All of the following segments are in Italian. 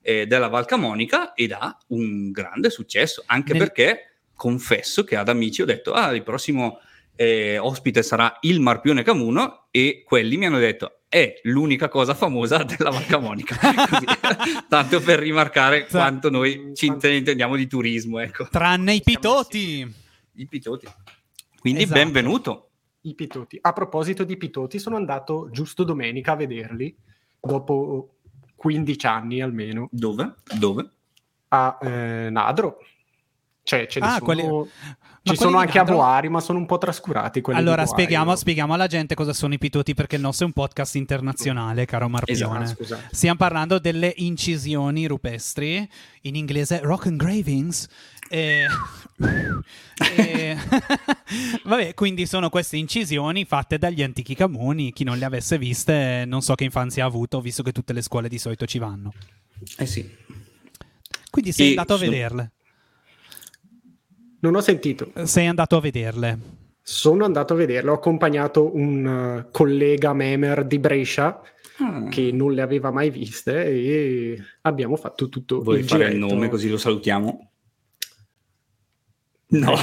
della Val Camonica ed ha un grande successo, anche perché confesso che ad amici ho detto il prossimo ospite sarà il Marpione Camuno, e quelli mi hanno detto è l'unica cosa famosa della Val Camonica. Così, tanto per rimarcare quanto noi ci intendiamo di turismo, ecco. Tranne i pitoti. Quindi benvenuto. I pitoti. A proposito di pitoti, sono andato giusto domenica a vederli dopo 15 anni almeno. Dove? A Nadro. Cioè, ce ne sono... Ci sono anche a Boari, ma sono un po' trascurati quelli. Allora, di Boari, spieghiamo alla gente cosa sono i pitoti, perché il nostro è un podcast internazionale, caro Marpione. Esatto. Stiamo parlando delle incisioni rupestri, in inglese rock engravings. Vabbè, quindi sono queste incisioni fatte dagli antichi Camuni. Chi non le avesse viste, non so che infanzia ha avuto, visto che tutte le scuole di solito ci vanno. Sì. Quindi sei andato a vederle? Non ho sentito. Sei andato a vederle? Sono andato a vederle, ho accompagnato un collega memer di Brescia che non le aveva mai viste e abbiamo fatto tutto. Vuoi fare giretto. il nome così lo salutiamo? No.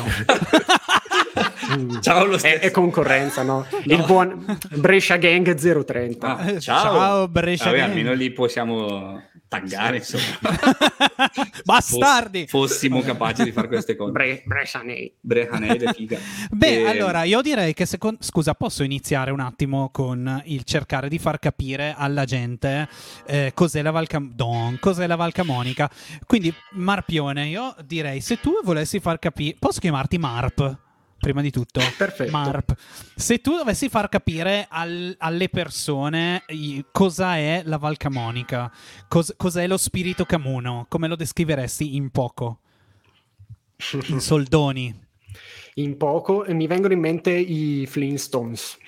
Ciao, lo stesso. È concorrenza, no? Il buon Brescia Gang 030. Ciao Brescia Gang. Almeno lì possiamo taggare, insomma. Bastardi! Fossimo capaci di fare queste cose. Brescianei è figa. Allora io direi che scusa, posso iniziare un attimo con il cercare di far capire alla gente cos'è la Val Camonica. Quindi Marpione, io direi, se tu volessi far capire, posso chiamarti Marp? Prima di tutto, perfetto. Marp, se tu dovessi far capire alle persone cosa è la Val Camonica, cos'è lo spirito camuno, come lo descriveresti in poco? In soldoni. In poco, e mi vengono in mente i Flintstones.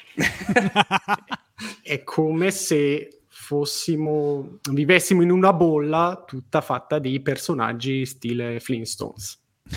È come se vivessimo in una bolla tutta fatta di personaggi stile Flintstones.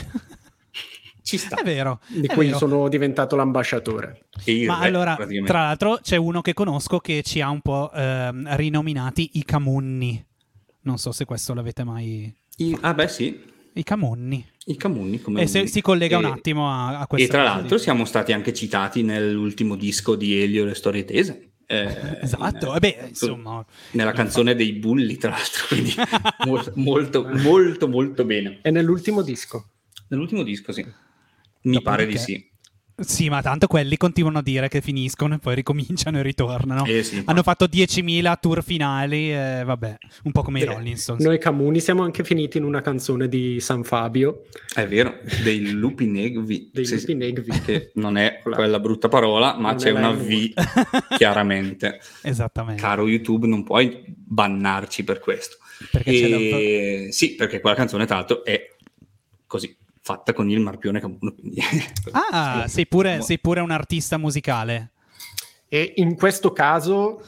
Ci sta. È vero. Di cui sono diventato l'ambasciatore. Ma allora, tra l'altro, c'è uno che conosco che ci ha un po' rinominati i Camunni. Non so se questo l'avete mai... Sì. I Camunni. Come si collega un attimo a questo. E tra l'altro siamo stati anche citati nell'ultimo disco di Elio, Le Storie Tese. Esatto, insomma, nella canzone dei Bulli, tra l'altro, quindi molto, molto, molto bene. È nell'ultimo disco? Nell'ultimo disco, sì. Mi pare di sì. Sì, ma tanto quelli continuano a dire che finiscono e poi ricominciano e ritornano. Sì, hanno fatto 10.000 tour finali, vabbè, un po' come i Rolling Stones. Noi Camuni siamo anche finiti in una canzone di San Fabio. È vero, dei Lupi Negri. Lupi Negri. Che non è quella brutta parola, ma c'è una V, chiaramente. Esattamente. Caro YouTube, non puoi bannarci per questo. Perché sì, perché quella canzone, tra l'altro, è così, fatta con il Marpione Camuno. Sei pure un artista musicale. E in questo caso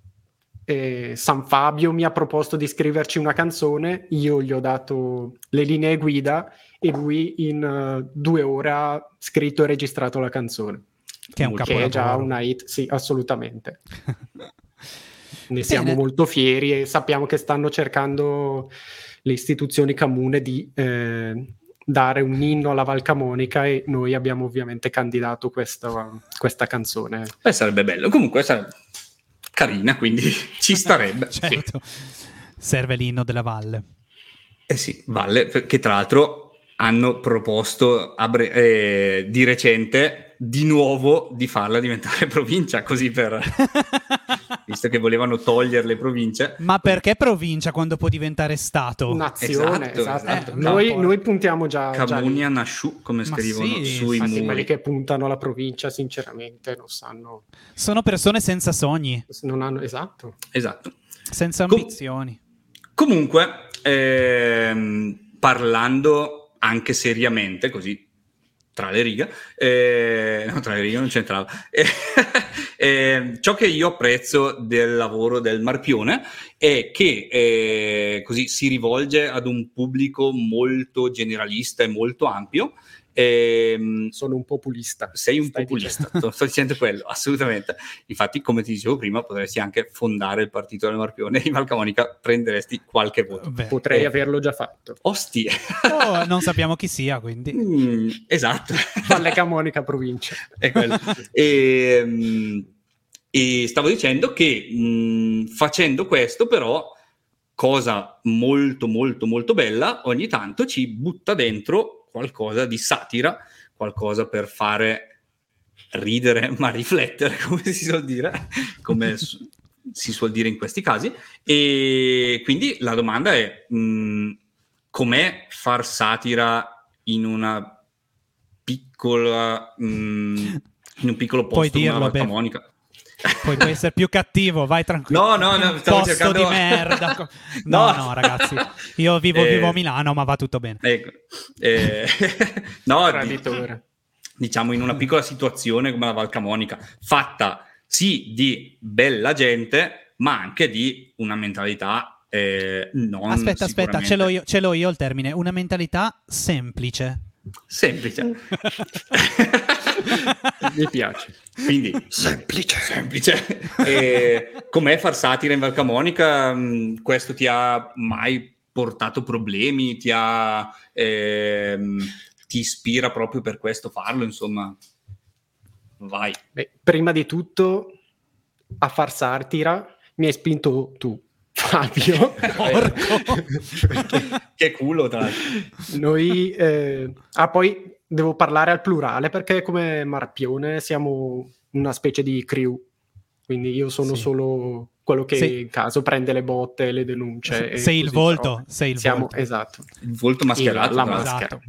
San Fabio mi ha proposto di scriverci una canzone, io gli ho dato le linee guida e lui in 2 ore ha scritto e registrato la canzone. Che è un capolavoro. Che è già una hit, sì, assolutamente. Ne siamo molto fieri e sappiamo che stanno cercando le istituzioni Camune di dare un inno alla Val Camonica e noi abbiamo ovviamente candidato questa canzone. Sarebbe bello, comunque sarebbe carina, quindi ci starebbe. Certo, sì. Serve l'inno della Valle. Sì, Valle, che tra l'altro hanno proposto di recente di nuovo di farla diventare provincia, così visto che volevano togliere le province. Ma perché provincia quando può diventare stato? Nazione, esatto. Noi puntiamo già Camunia Nasciù, come scrivono sui muri. Quelli che puntano alla provincia sinceramente non sanno. Sono persone senza sogni. Non hanno, esatto. Senza ambizioni. Comunque, parlando anche seriamente, così tra le righe, no, tra le righe non c'entrava. Ciò che io apprezzo del lavoro del Marpione è che così si rivolge ad un pubblico molto generalista e molto ampio, Sono un populista. Sei un populista, sto dicendo quello, assolutamente. Infatti, come ti dicevo prima, potresti anche fondare il partito del Marpione, in Val Camonica prenderesti qualche voto. Potrei averlo già fatto. Ostia. Non sappiamo chi sia, quindi. Esatto. Valle Camonica provincia. È quello. E stavo dicendo che facendo questo, però, cosa molto molto molto bella, ogni tanto ci butta dentro qualcosa di satira, qualcosa per fare ridere ma riflettere, come si suol dire, come si suol dire in questi casi. E quindi la domanda è com'è far satira in una piccola in un piccolo posto come la Val Camonica? Puoi essere più cattivo, vai tranquillo. No, stavo posto cercando... di merda. No, ragazzi, io vivo a Milano, ma va tutto bene. Ecco. No, diciamo in una piccola situazione come la Val Camonica, fatta sì di bella gente, ma anche di una mentalità non Aspetta, ce l'ho io il termine, una mentalità semplice. Mi piace. Quindi semplice. Com'è far satira in Val Camonica? Questo ti ha mai portato problemi? Ti ispira proprio per questo farlo? Insomma, vai. Prima di tutto, a far satira mi hai spinto tu, Fabio. Che culo, tra l'altro. Noi poi devo parlare al plurale, perché come Marpione siamo una specie di crew, quindi io sono solo quello che in caso prende le botte, le denunce. Sei il volto. Volto. Esatto. Il volto mascherato. La maschera.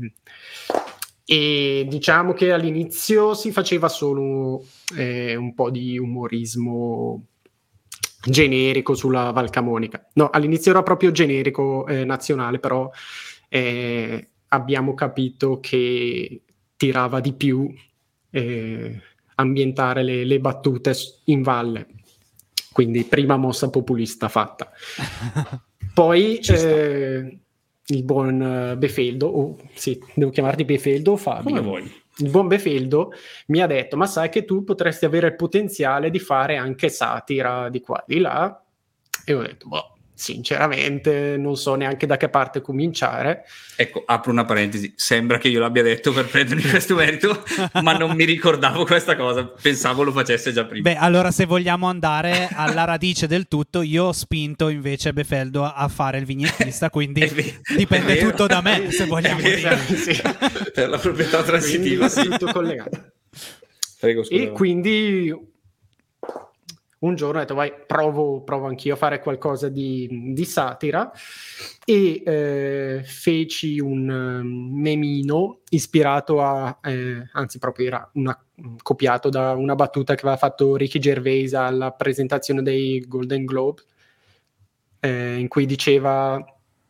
E diciamo che all'inizio si faceva solo un po' di umorismo generico sulla Val Camonica. No, all'inizio era proprio generico nazionale, però abbiamo capito che tirava di più ambientare le battute in valle. Quindi prima mossa populista fatta. Poi il buon Befeldo, devo chiamarti Befeldo o Fabio? Come vuoi. Il buon Befeldo mi ha detto: ma sai che tu potresti avere il potenziale di fare anche satira di qua di là? E ho detto, sinceramente non so neanche da che parte cominciare. Ecco, apro una parentesi, sembra che io l'abbia detto per prendermi questo merito, ma non mi ricordavo questa cosa, pensavo lo facesse già prima. Allora, se vogliamo andare alla radice del tutto, io ho spinto invece Befeldo a fare il vignettista, quindi dipende tutto da me, se vogliamo dire. Sì. Per la proprietà transitiva, tutto collegato. Prego, scusa. E quindi un giorno ho detto, vai, provo anch'io a fare qualcosa di satira, e feci un memino ispirato anzi proprio era copiato da una battuta che aveva fatto Ricky Gervais alla presentazione dei Golden Globe, in cui diceva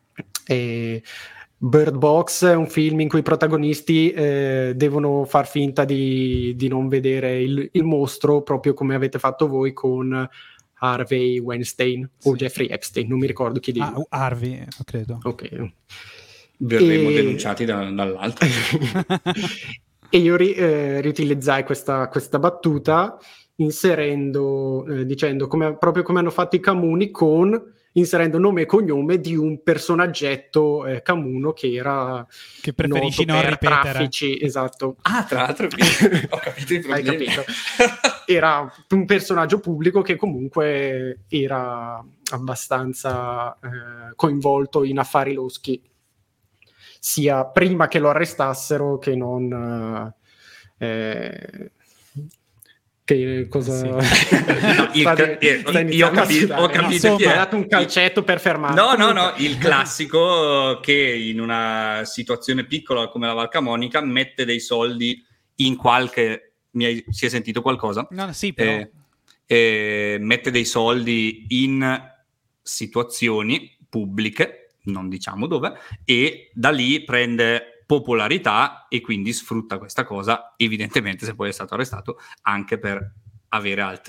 Bird Box è un film in cui i protagonisti devono far finta di non vedere il mostro, proprio come avete fatto voi con Harvey Weinstein o Jeffrey Epstein, non mi ricordo chi di Harvey, credo. Ok. Verremo denunciati dall'altro. E io riutilizzai questa battuta inserendo, dicendo proprio come hanno fatto i Camuni, inserendo nome e cognome di un personaggetto camuno che preferisci non ripetere. Traffici, esatto. Tra l'altro ho capito i problemi. Hai capito. Era un personaggio pubblico che comunque era abbastanza coinvolto in affari loschi, sia prima che lo arrestassero che non che cosa io ho capito che ha dato un calcetto per fermarlo. No, il classico che in una situazione piccola come la Val Camonica mette dei soldi in qualche... si è sentito qualcosa? No, sì, però... mette dei soldi in situazioni pubbliche, non diciamo dove, e da lì prende popolarità e quindi sfrutta questa cosa, evidentemente, se poi è stato arrestato, anche per avere altri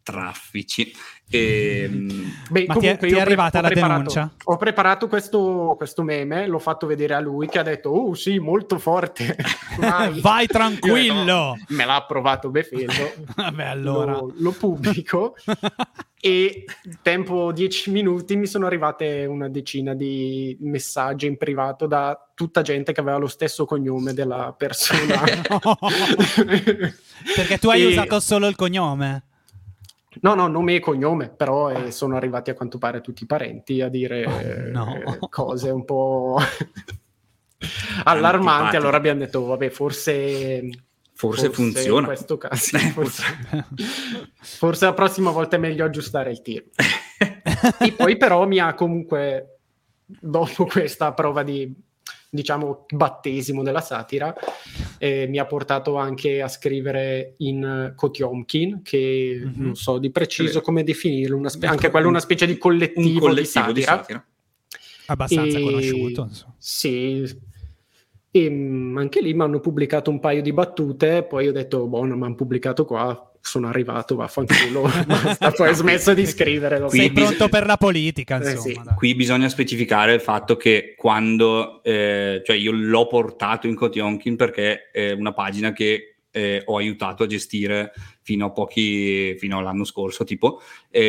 traffici. Beh, ma comunque ti è arrivata la denuncia? Ho preparato questo meme, l'ho fatto vedere a lui, che ha detto sì, molto forte. Vai tranquillo. No, me l'ha approvato Befeso. Vabbè, allora lo pubblico. E tempo 10 minuti mi sono arrivate una decina di messaggi in privato da tutta gente che aveva lo stesso cognome della persona. No. Perché tu hai usato solo il cognome? No, nome e cognome, però sono arrivati a quanto pare tutti i parenti a dire cose un po' allarmanti. Allora abbiamo detto, vabbè, forse funziona in questo caso. Forse la prossima volta è meglio aggiustare il tiro. E poi però mi ha comunque, dopo questa prova di, diciamo, battesimo della satira, mi ha portato anche a scrivere in Kotiomkin, che non so di preciso come definirlo, anche quello una specie di collettivo di satira. Abbastanza conosciuto. Insomma. Sì. E anche lì mi hanno pubblicato un paio di battute, poi ho detto mi hanno pubblicato qua, sono arrivato, vaffanculo, basta, poi ho smesso di scrivere. Sei pronto per la politica, insomma. Sì. Qui bisogna specificare il fatto che quando cioè io l'ho portato in Kotionkin perché è una pagina che ho aiutato a gestire fino all'anno scorso, tipo,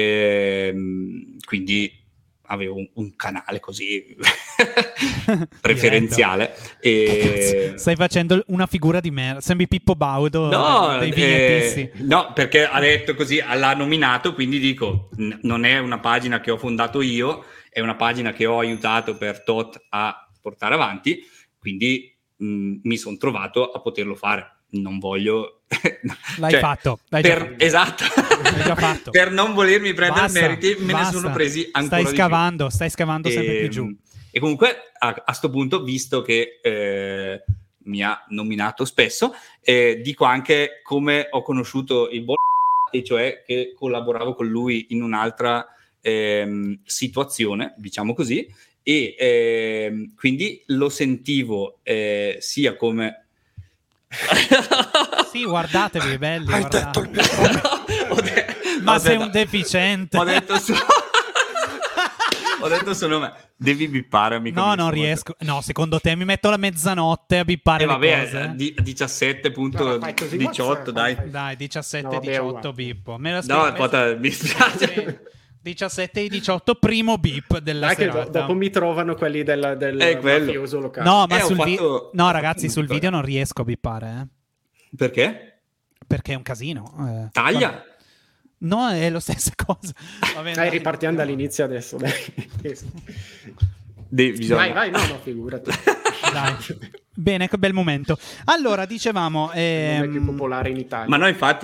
quindi avevo un canale così preferenziale. E... Stai facendo una figura di merda, sembri Pippo Baudo dei vignettisti. No, perché ha detto così, l'ha nominato, quindi dico, non è una pagina che ho fondato io, è una pagina che ho aiutato per tot a portare avanti, quindi mi sono trovato a poterlo fare. Non voglio... L'hai fatto. Esatto. L'hai già fatto. Per non volermi prendere meriti, me ne sono presi ancora stai scavando sempre più giù. E comunque, a sto punto, visto che mi ha nominato spesso, dico anche come ho conosciuto il buon e cioè che collaboravo con lui in un'altra situazione, diciamo così, e quindi lo sentivo sia come... Sì, guardatevi, belli. Hai detto il mio Ma sei un deficiente. Ho detto suo nome. Devi bippare, amico. No, non riesco. No, secondo te mi metto la mezzanotte a bippare le cose? 17.18, dai. Dai, 17.18 bippo. Me la no, mi spiace. 17 e 18, primo beep della serata. Dopo mi trovano quelli del mafioso locale. No, ma no, ragazzi, sul video non riesco a bippare. Perché? Perché è un casino. Taglia? No, è la stessa cosa. Dai, ripartiamo dall'inizio adesso. Dai. Vai, no, figurati. Dai. Bene, che bel momento. Allora, dicevamo... Non è più popolare in Italia. Ma no, infatti...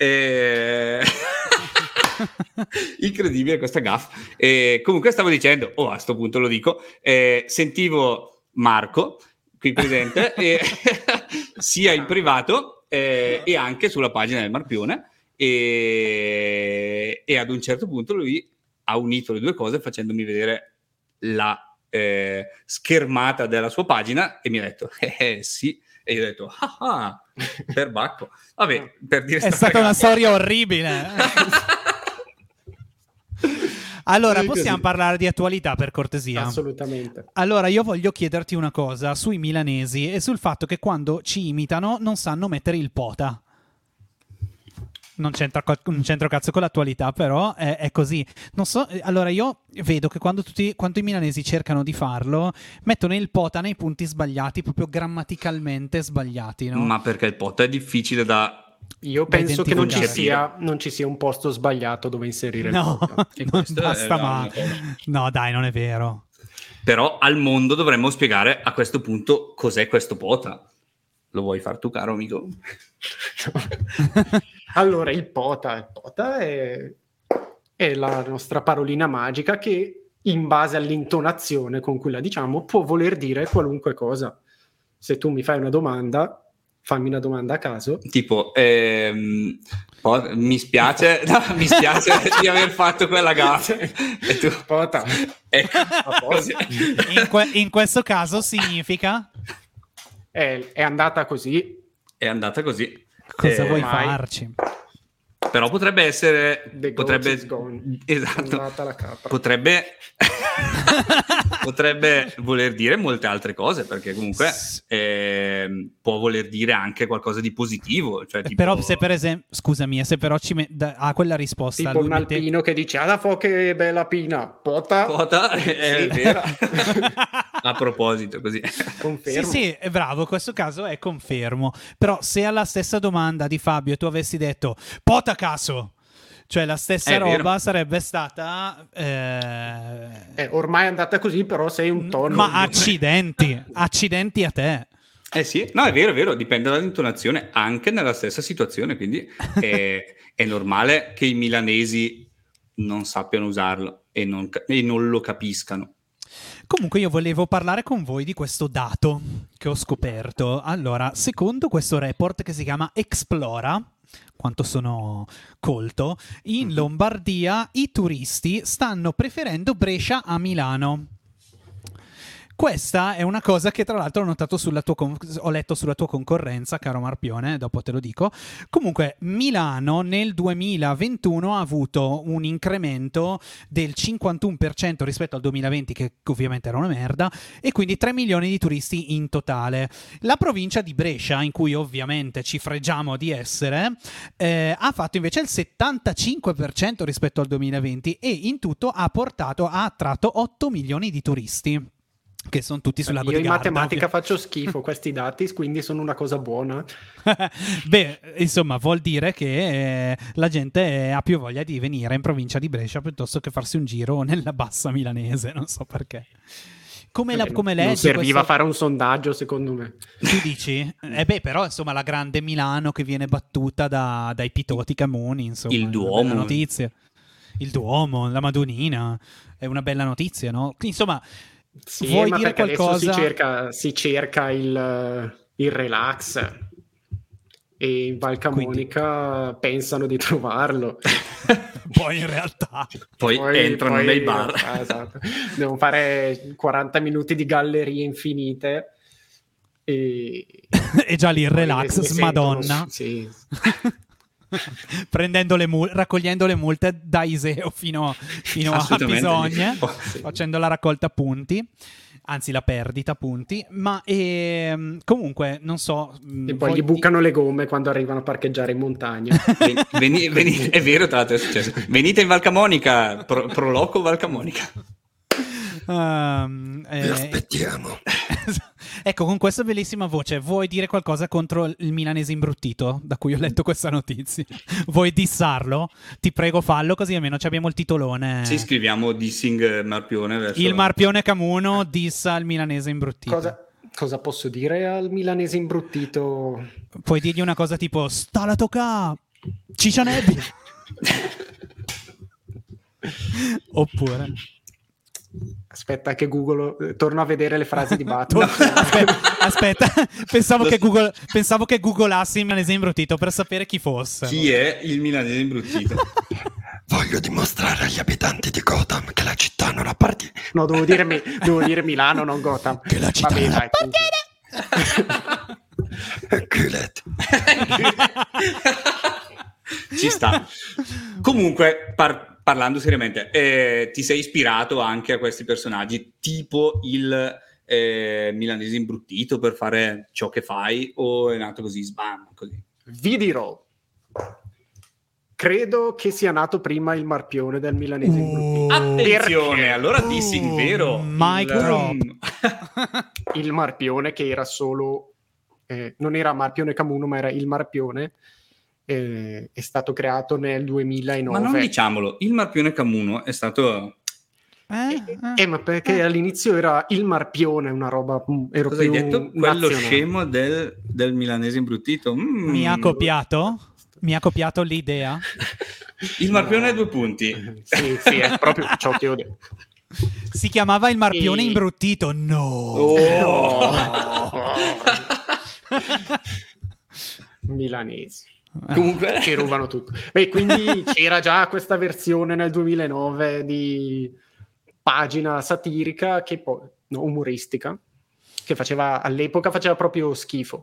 incredibile questa gaffa. Comunque stavo dicendo, a sto punto lo dico, sentivo Marco qui presente sia in privato e anche sulla pagina del Marpione e ad un certo punto lui ha unito le due cose facendomi vedere la schermata della sua pagina e mi ha detto sì, e io ho detto per Bacco, vabbè, per dire è stata una storia orribile. Allora, possiamo parlare di attualità, per cortesia? Assolutamente. Allora, io voglio chiederti una cosa sui milanesi e sul fatto che quando ci imitano non sanno mettere il pota. Non c'entra cazzo con l'attualità, però è così. Non so, allora io vedo che quando i milanesi cercano di farlo, mettono il pota nei punti sbagliati, proprio grammaticalmente sbaliati, no? Ma perché il pota è difficile da... Io penso che non ci sia un posto sbagliato dove inserire il pota. Non basta mai. No, dai, non è vero. Però al mondo dovremmo spiegare a questo punto cos'è questo pota. Lo vuoi far tu, caro amico? Allora, il pota è la nostra parolina magica che, in base all'intonazione con cui la diciamo, può voler dire qualunque cosa. Se tu mi fai una domanda, fammi una domanda a caso. Tipo, mi spiace di aver fatto quella gaffa. E tu, pota. In questo caso significa? È andata così. È andata così. Cosa vuoi farci? Però potrebbe essere... Esatto. Potrebbe voler dire molte altre cose, perché comunque può voler dire anche qualcosa di positivo. Cioè, tipo... Però se per esempio, scusami, se però ha quella risposta... Tipo un alpino che dice, da fo' che bella pina, pota è vero. A proposito, così. Confermo. Sì, è bravo, in questo caso è confermo. Però se alla stessa domanda di Fabio tu avessi detto pota caso, cioè la stessa roba vero. Sarebbe stata ormai è andata così, però sei un tono. Ma accidenti a te. Sì, no, è vero, dipende dall'intonazione anche nella stessa situazione, quindi è normale che i milanesi non sappiano usarlo e non lo capiscano. Comunque io volevo parlare con voi di questo dato che ho scoperto. Allora, secondo questo report che si chiama Explora, quanto sono colto, in Lombardia i turisti stanno preferendo Brescia a Milano. Questa è una cosa che tra l'altro ho notato ho letto sulla tua concorrenza, caro Marpione, dopo te lo dico. Comunque Milano nel 2021 ha avuto un incremento del 51% rispetto al 2020, che ovviamente era una merda, e quindi 3 milioni di turisti in totale. La provincia di Brescia, in cui ovviamente ci fregiamo di essere, ha fatto invece il 75% rispetto al 2020 e in tutto ha attratto 8 milioni di turisti, che sono tutti sul lago di Garda. Io in matematica faccio schifo, questi dati, quindi sono una cosa buona. Beh, insomma, vuol dire che la gente ha più voglia di venire in provincia di Brescia piuttosto che farsi un giro nella bassa milanese, non so perché. Come leggi non serviva fare un sondaggio, secondo me. Tu dici? Però insomma la grande Milano che viene battuta dai pitoti Camuni, insomma. Il Duomo. Notizia. Il Duomo, la Madonnina, è una bella notizia, no? Insomma, sì, vuoi ma dire qualcosa? Si cerca il relax, e in Val Camonica pensano di trovarlo. Poi in realtà poi entrano nei bar. Esatto. Devono fare 40 minuti di gallerie infinite e già lì il relax, smadonna. Sì. Raccogliendo le multe da Iseo fino a Bisogna, facendo la raccolta punti, anzi la perdita punti, ma comunque non so, e poi gli bucano le gomme quando arrivano a parcheggiare in montagna. Venite, è vero, tra l'altro è successo. Venite in Val Camonica, Proloco Val Camonica. Vi aspettiamo. Ecco, con questa bellissima voce vuoi dire qualcosa contro il milanese imbruttito da cui ho letto questa notizia? Vuoi dissarlo? Ti prego fallo, così almeno abbiamo il titolone. Sì, scriviamo dissing Marpione verso... Il Marpione Camuno dissa il milanese imbruttito. Cosa posso dire al milanese imbruttito? Puoi dirgli una cosa tipo sta la tocca Ciccianelli. Oppure aspetta che Google, torno a vedere le frasi di Batman. Aspetta, pensavo che googolassi il milanese imbruttito per sapere chi fosse. Chi è il milanese imbruttito? Voglio dimostrare agli abitanti di Gotham che la città non appartiene. No, devo dire Milano, non Gotham. Che la città non appartiene. Ci sta. Comunque, parlando seriamente, ti sei ispirato anche a questi personaggi, tipo il milanese imbruttito, per fare ciò che fai, o è nato così, sbam, così? Vi dirò. Credo che sia nato prima il Marpione del milanese imbruttito. Attenzione, perché? Allora dissi in vero. Il Marpione, che era solo... non era Marpione Camuno, ma era il Marpione, è stato creato nel 2009. Ma non diciamolo, il Marpione Camuno è stato... ma perché all'inizio era il Marpione, una roba... Cosa hai detto? Quello scemo del milanese imbruttito? Mi ha copiato l'idea? Il Marpione 2 punti. Sì, è proprio ciò che ho detto. Si chiamava il Marpione imbruttito. No. Milanesi. Comunque ci rubano tutto. Beh, quindi c'era già questa versione nel 2009 di pagina satirica, che poi umoristica, che all'epoca faceva proprio schifo.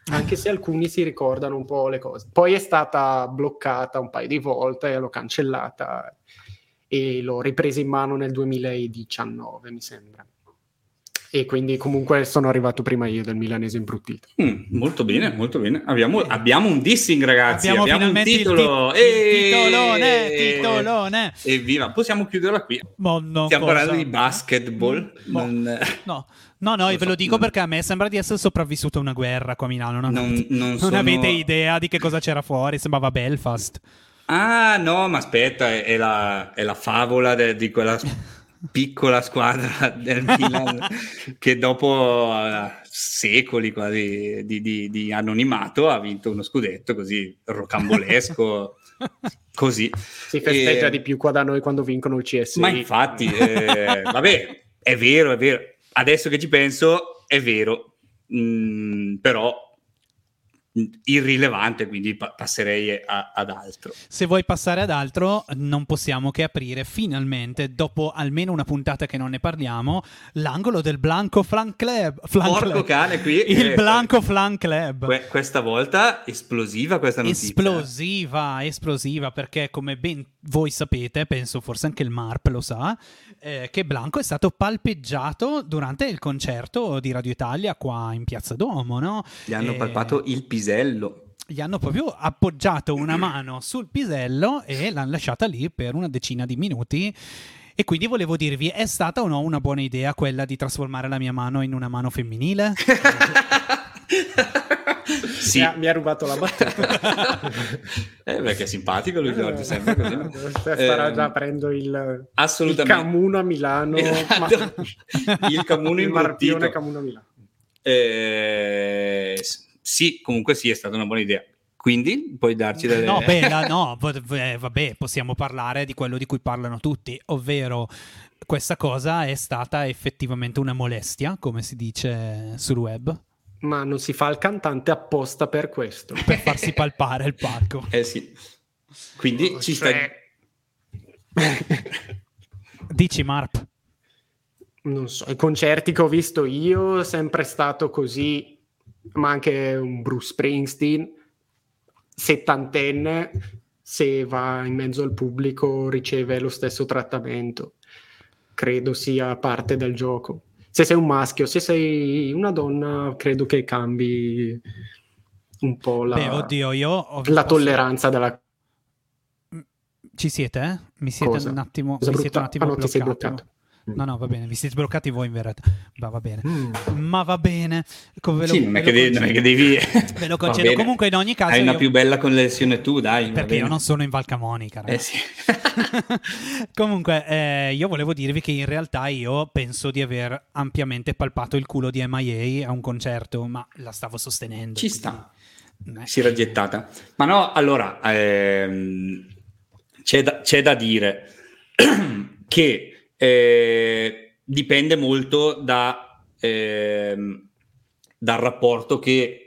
Anche se alcuni si ricordano un po' le cose. Poi è stata bloccata un paio di volte, l'ho cancellata e l'ho ripresa in mano nel 2019, mi sembra. E quindi comunque sono arrivato prima io del milanese imbruttito. Molto bene, molto bene. Abbiamo un dissing, ragazzi. Abbiamo un titolo. Titolone. Evviva, possiamo chiuderla qui. Stiamo parlando di basketball. No, ve lo dico perché a me sembra di essere sopravvissuta una guerra qua a Milano. Non avete idea di che cosa c'era fuori, sembrava Belfast. Ah, no, ma aspetta, è la favola di quella piccola squadra del Milan che dopo secoli quasi di anonimato ha vinto uno scudetto così rocambolesco. Così si festeggia di più qua da noi quando vincono il CSI. Ma infatti, vabbè, è vero. Adesso che ci penso, è vero, però irrilevante, quindi passerei ad altro. Se vuoi passare ad altro, non possiamo che aprire finalmente, dopo almeno una puntata che non ne parliamo, l'angolo del Blanco Flan Club. Porco cane, qui il Blanco Flan Club. Questa volta esplosiva questa notizia. Esplosiva, perché come ben voi sapete, penso forse anche il Marp lo sa, che Blanco è stato palpeggiato durante il concerto di Radio Italia qua in Piazza Duomo, no? Gli hanno palpato il pisello. Gli hanno proprio appoggiato una mano sul pisello e l'hanno lasciata lì per una decina di minuti. E quindi volevo dirvi, è stata o no una buona idea quella di trasformare la mia mano in una mano femminile? Sì. Mi ha rubato la battuta. Perché è simpatico lui, Giorgio, sempre così. Starà già prendo il Camuno a Milano. Il Camuno il Marpione Camuno a Milano. Sì, comunque sì, è stata una buona idea. Quindi puoi darci delle... vabbè, possiamo parlare di quello di cui parlano tutti, ovvero questa cosa è stata effettivamente una molestia, come si dice sul web. Ma non si fa il cantante apposta per questo. Per farsi palpare il palco. Sì. Quindi ci stai... Dici, Marp? Non so, i concerti che ho visto io è sempre stato così, ma anche un Bruce Springsteen, 70enne, se va in mezzo al pubblico riceve lo stesso trattamento. Credo sia parte del gioco. Se sei un maschio, se sei una donna, credo che cambi un po' la tolleranza della... Ci siete? Mi siete Cosa? un attimo Cosa brutta? un attimo no, ti sei bloccato. No, va bene, vi siete bloccati voi in verità. Va bene. Ma va bene. Non è che devi... Ve lo concedo. Comunque in ogni caso... Hai una più bella connessione tu, dai. Perché io non sono in Val Camonica. Sì. Comunque io volevo dirvi che in realtà io penso di aver ampiamente palpato il culo di MIA a un concerto, ma la stavo sostenendo. Ci sta. Si era gettata. Ma no, allora, c'è da dire che dipende molto dal rapporto che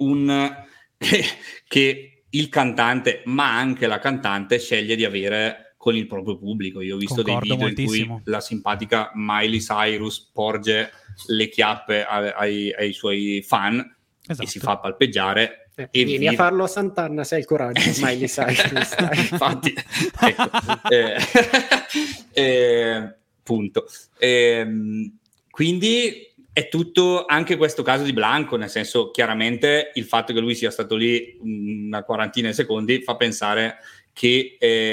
il cantante, ma anche la cantante, sceglie di avere con il proprio pubblico. Io ho visto dei video moltissimo in cui la simpatica Miley Cyrus porge le chiappe ai suoi fan, esatto, e si fa palpeggiare. E vieni a farlo a Sant'Anna se hai il coraggio, Miley Cyrus. Infatti, ecco. Punto. Quindi è tutto anche questo caso di Blanco, nel senso, chiaramente il fatto che lui sia stato lì una quarantina di secondi fa pensare che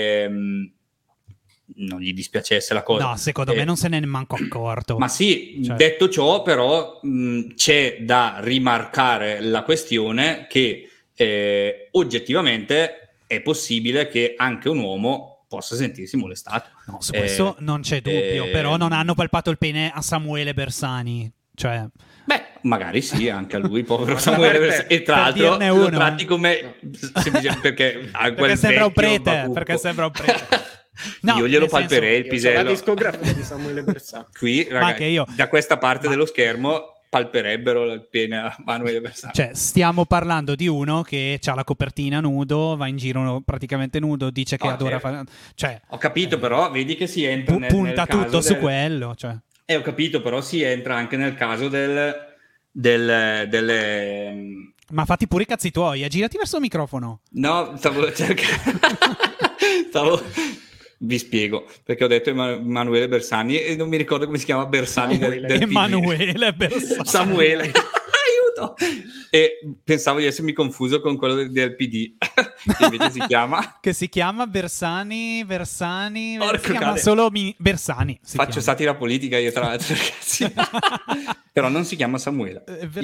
non gli dispiacesse la cosa. No, secondo me non se ne è manco accorto. Ma sì, detto ciò, però c'è da rimarcare la questione che oggettivamente è possibile che anche un uomo possa sentirsi molestato. No, su questo non c'è dubbio, però non hanno palpato il pene a Samuele Bersani, cioè... Beh, magari sì, anche a lui, povero Samuele Bersani. E tra l'altro lo tratti come... perché sembra un prete, perché sembra un prete. No, io glielo palperei il pisello. La discografia di Samuele Bersani. Qui, ragazzi, da questa parte dello schermo palperebbero il pene a Manuele Bersani. Cioè, stiamo parlando di uno che ha la copertina nudo, va in giro praticamente nudo, dice che adora fare... Cioè, ho capito, però vedi che si entra punta nel tutto su quello, cioè. Ho capito, però si entra anche nel caso Ma fatti pure i cazzi tuoi, girati verso il microfono. No, stavo cercando... Vi spiego, perché ho detto Emanuele Bersani e non mi ricordo come si chiama Bersani del Emanuele Bersani. Samuele. Aiuto! E pensavo di essermi confuso con quello del PD, che invece si chiama... Che si chiama Bersani, Porco si chiama solo Bersani. Faccio satira politica io, tra l'altro, ragazzi. Però non si chiama Samuele.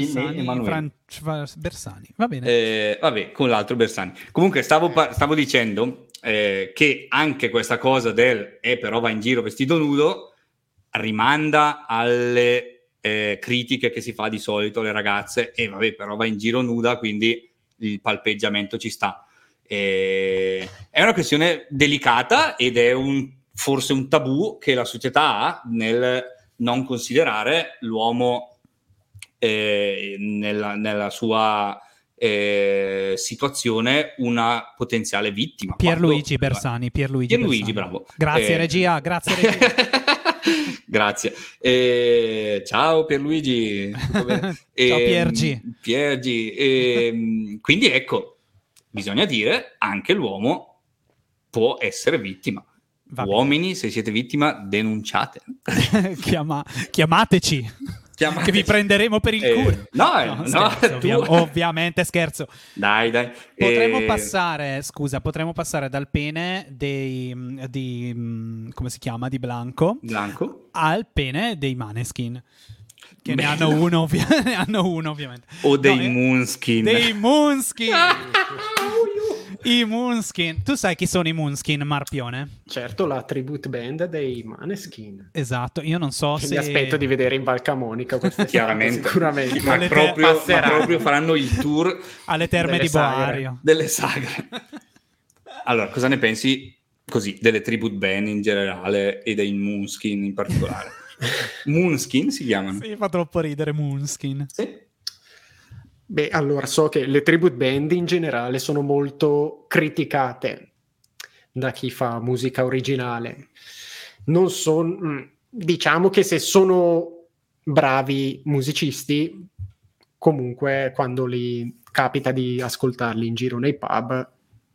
Bersani, va bene. Vabbè, con l'altro Bersani. Comunque stavo dicendo che anche questa cosa del però va in giro vestito nudo rimanda alle critiche che si fa di solito alle ragazze, e vabbè, però va in giro nuda, quindi il palpeggiamento ci sta. È una questione delicata ed è forse un tabù che la società ha nel non considerare l'uomo nella sua situazione una potenziale vittima. Pierluigi Bersani. Pierluigi, bravo. Grazie regia. Grazie. Ciao Pierluigi. Ciao Piergi. Quindi ecco, bisogna dire anche l'uomo può essere vittima. Uomini, se siete vittima, denunciate. Chiamateci. Che vi prenderemo per il culo. No, scherzo, ovviamente scherzo. Dai. Potremmo passare dal pene come si chiama, di Blanco al pene dei Maneskin. Che ne hanno uno ovviamente. O dei Moonskin. I Moonskin. Tu sai chi sono i Moonskin, Marpione? Certo, la tribute band dei Maneskin. Esatto, io non so se... Mi aspetto di vedere in Val Camonica chiaramente. Sicuramente. Ma proprio faranno il tour alle terme di Boario. Delle sagre. Allora, cosa ne pensi così delle tribute band in generale e dei Moonskin in particolare? Moonskin si chiamano? Sì, fa troppo ridere Moonskin. Sì. Beh, allora so che le tribute band in generale sono molto criticate da chi fa musica originale. Diciamo che se sono bravi musicisti, comunque quando li capita di ascoltarli in giro nei pub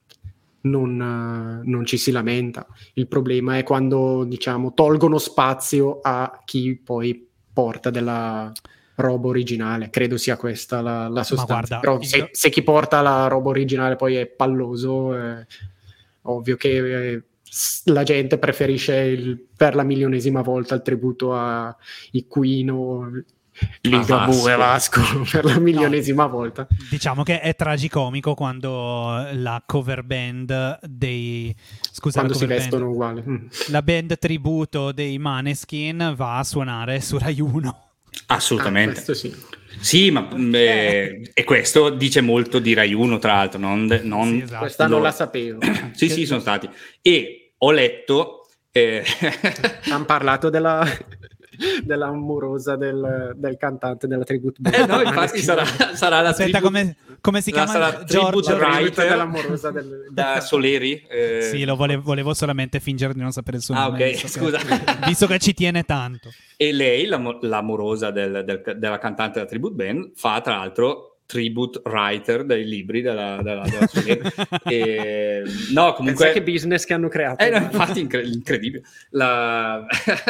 non ci si lamenta. Il problema è quando, diciamo, tolgono spazio a chi poi porta della roba originale. Credo sia questa la sostanza. Però se chi porta la roba originale poi è palloso, è ovvio che la gente preferisce per la milionesima volta il tributo a i Queen o Ligabue e Vasco per la milionesima volta. Diciamo che è tragicomico quando la cover band quando si vestono uguali. La band tributo dei Maneskin va a suonare su Rai 1. Assolutamente. Questo sì. Sì, ma e questo dice molto di Rai 1, tra l'altro. Sì, esatto. Questa non la sapevo. Sì, sono stati. E ho letto... hanno parlato dell'amorosa del cantante della tribute band. No, infatti sarà la come si chiama? Sarà George Writer dell'amorosa da Soleri. Sì, volevo solamente fingere di non sapere il suo nome. Ok, scusa. Visto che ci tiene tanto. E lei, l'amorosa della cantante della tribute band, fa tra l'altro tribute writer dei libri della Soleri. No, comunque... Pensa che business che hanno creato. No, infatti incredibile. La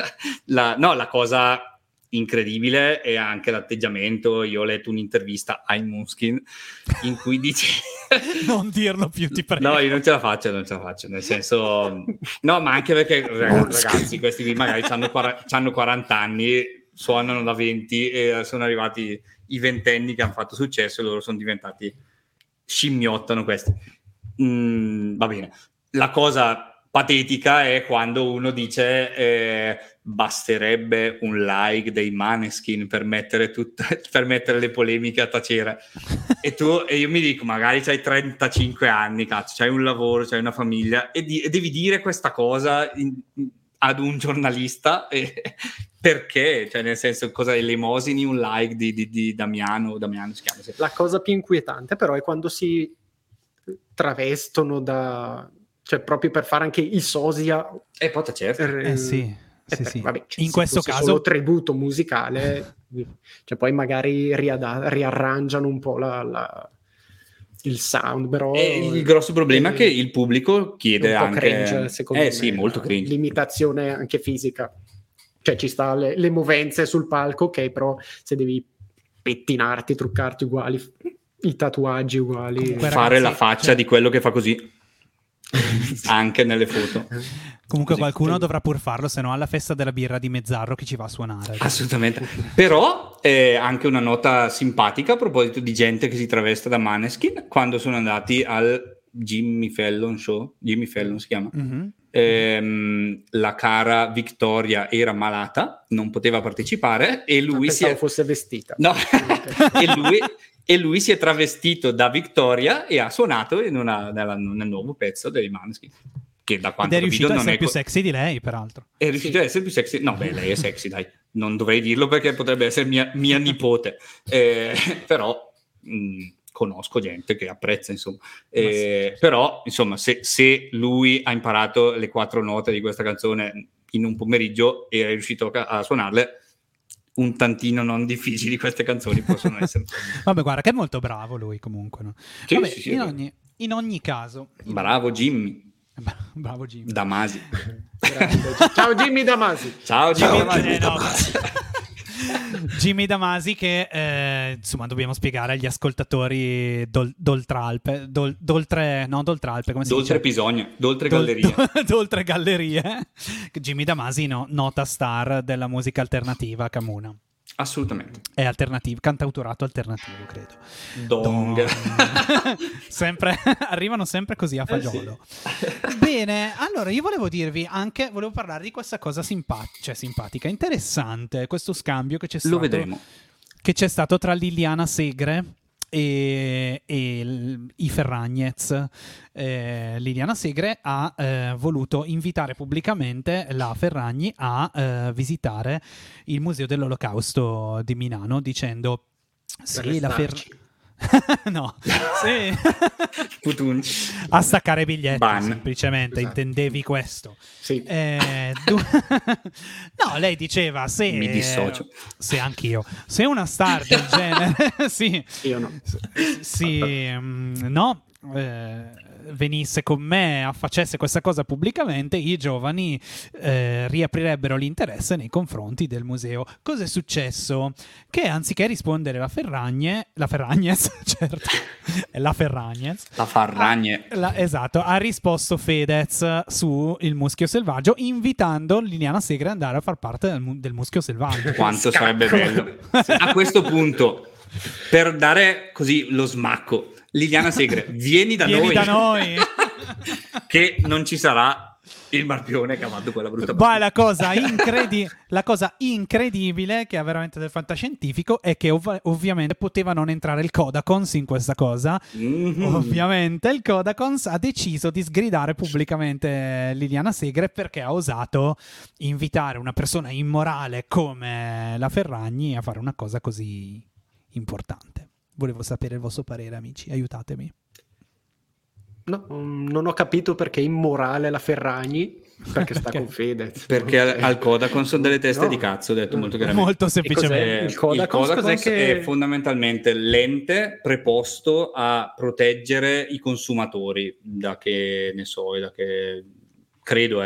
cosa incredibile è anche l'atteggiamento. Io ho letto un'intervista ai Moonskin in cui dice non dirlo più, ti prego. No, io non ce la faccio, nel senso, no, ma anche perché ragazzi, questi qui magari hanno 40 anni, suonano da 20 e sono arrivati i ventenni che hanno fatto successo e loro sono diventati scimmiottano questi. Va bene. La cosa patetica è quando uno dice basterebbe un like dei Maneskin per mettere le polemiche a tacere. E io mi dico, magari c'hai 35 anni, cazzo, c'hai un lavoro, c'hai una famiglia e devi dire questa cosa ad un giornalista perché? Cioè, nel senso, cosa elemosini un like di Damiano si chiama? La cosa più inquietante però è quando si travestono cioè proprio per fare anche i sosia. Certo. Sì. Sì. Vabbè, in questo caso solo tributo musicale, cioè poi magari riarrangiano un po' il sound, però il grosso problema è che il pubblico chiede un po' anche cringe, secondo me, sì, molto cringe. Limitazione anche fisica, cioè ci sta le movenze sul palco, ok, però se devi pettinarti, truccarti uguali, i tatuaggi uguali, comunque, fare la faccia di quello che fa così anche nelle foto. Comunque qualcuno dovrà pur farlo, se no alla festa della birra di Mezzarro chi ci va a suonare. Assolutamente. Però anche una nota simpatica a proposito di gente che si traveste da Maneskin, quando sono andati al Jimmy Fallon Show, Jimmy Fallon si chiama, la cara Victoria era malata, non poteva partecipare e lui fosse vestita. No. e lui si è travestito da Victoria e ha suonato nel nuovo pezzo dei Maneskin. Che da quanto ed è riuscito a essere più sexy di lei, peraltro. È riuscito a essere più sexy. No, beh, lei è sexy, dai. Non dovrei dirlo perché potrebbe essere mia nipote. Però conosco gente che apprezza, insomma. Però, insomma, se lui ha imparato le 4 note di questa canzone in un pomeriggio e è riuscito a suonarle, un tantino non difficili queste canzoni possono essere. Vabbè, guarda che è molto bravo lui, comunque. No? Sì, vabbè, sì, in ogni caso... Bravo Jimmy. Bravo Jimmy Damasi. Ciao Jimmy Damasi. Ciao Jimmy Damasi. Jimmy Damasi che insomma dobbiamo spiegare agli ascoltatori d'Oltralpe, d'Oltralpe, come si dice? Bisogna, d'oltre gallerie. D'oltre gallerie. Jimmy Damasi, nota star della musica alternativa Camuna. Assolutamente. È alternativo, cantautorato alternativo, credo. Dong. Arrivano sempre così a fagiolo. Sì. Bene, allora io volevo parlare di questa cosa simpatica, interessante, questo scambio che c'è stato. Lo vedremo. Che c'è stato tra Liliana Segre e i Ferragnez. Liliana Segre ha voluto invitare pubblicamente la Ferragni a visitare il Museo dell'Olocausto di Milano, dicendo sì, la Ferragni no, sì. A staccare biglietti, semplicemente, esatto. Intendevi questo? Sì. No, lei diceva se mi dissocio. Se anch'io. Se una star del genere sì. Io no. Sì, no, venisse con me, facesse questa cosa pubblicamente, i giovani riaprirebbero l'interesse nei confronti del museo. Cosa è successo? Che anziché rispondere la Ferragnez, certo, è la Ferragnez. La Ferragne. Esatto, ha risposto Fedez su Il Muschio Selvaggio, invitando Liliana Segre ad andare a far parte del Muschio Selvaggio. Quanto sarebbe bello. A questo punto, per dare così lo smacco, Liliana Segre, vieni da noi. Che non ci sarà il Marpione che ha fatto quella brutta partita. La cosa incredibile che ha veramente del fantascientifico è che ovviamente poteva non entrare il Kodakons in questa cosa. Ovviamente il Kodakons ha deciso di sgridare pubblicamente Liliana Segre perché ha osato invitare una persona immorale come la Ferragni a fare una cosa così importante. Volevo sapere il vostro parere, amici, aiutatemi. No, non ho capito perché è immorale la Ferragni, perché sta con Fedez. Perché al Kodakons sono delle teste di cazzo, ho detto molto chiaramente. Molto semplicemente. Il Kodakons è fondamentalmente l'ente preposto a proteggere i consumatori, da che ne so, da che credo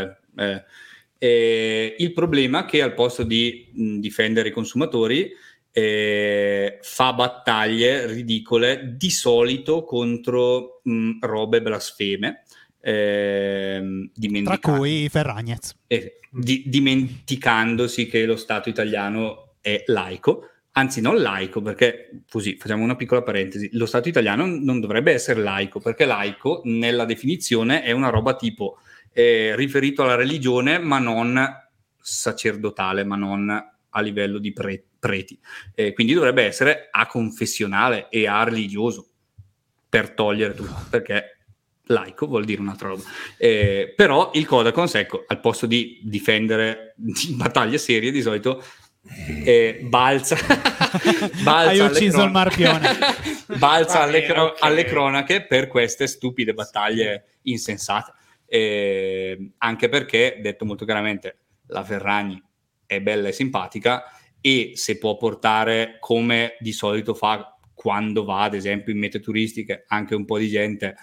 il problema è che al posto di difendere i consumatori fa battaglie ridicole di solito contro robe blasfeme, tra cui Ferragnez, dimenticandosi che lo Stato italiano è laico, anzi non laico, perché così facciamo una piccola parentesi, lo Stato italiano non dovrebbe essere laico, perché laico nella definizione è una roba tipo riferito alla religione ma non sacerdotale, ma non a livello di preti, quindi dovrebbe essere aconfessionale e a religioso, per togliere tutto, perché laico vuol dire un'altra roba. Però il Kodakons, ecco, al posto di difendere in battaglie serie, di solito balza hai ucciso il Marpione. Balza alle cronache per queste stupide battaglie insensate, anche perché, detto molto chiaramente, la Ferragni è bella e simpatica, e se può portare, come di solito fa quando va ad esempio in mete turistiche, anche un po' di gente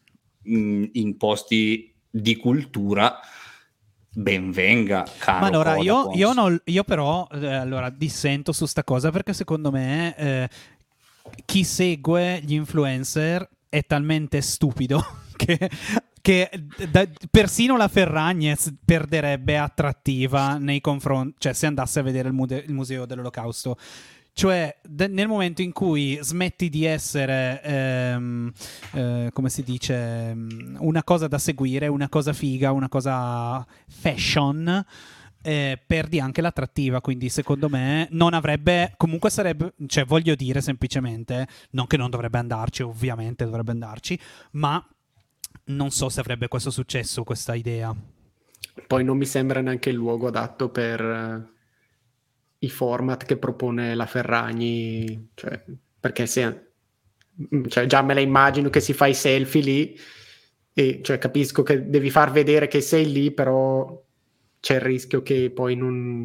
in posti di cultura, ben venga, caro. Ma allora io però allora dissento su sta cosa, perché secondo me chi segue gli influencer è talmente stupido che persino la Ferragni perderebbe attrattiva nei confronti, cioè se andasse a vedere il museo dell'Olocausto. Cioè, nel momento in cui smetti di essere, come si dice, una cosa da seguire, una cosa figa, una cosa fashion, perdi anche l'attrattiva. Quindi, secondo me, non avrebbe, comunque sarebbe, cioè, voglio dire semplicemente, non che non dovrebbe andarci, ovviamente dovrebbe andarci, ma non so se avrebbe questo successo, questa idea. Poi non mi sembra neanche il luogo adatto per i format che propone la Ferragni, cioè, perché cioè, già me la immagino che si fa i selfie lì, e cioè, capisco che devi far vedere che sei lì, però c'è il rischio che poi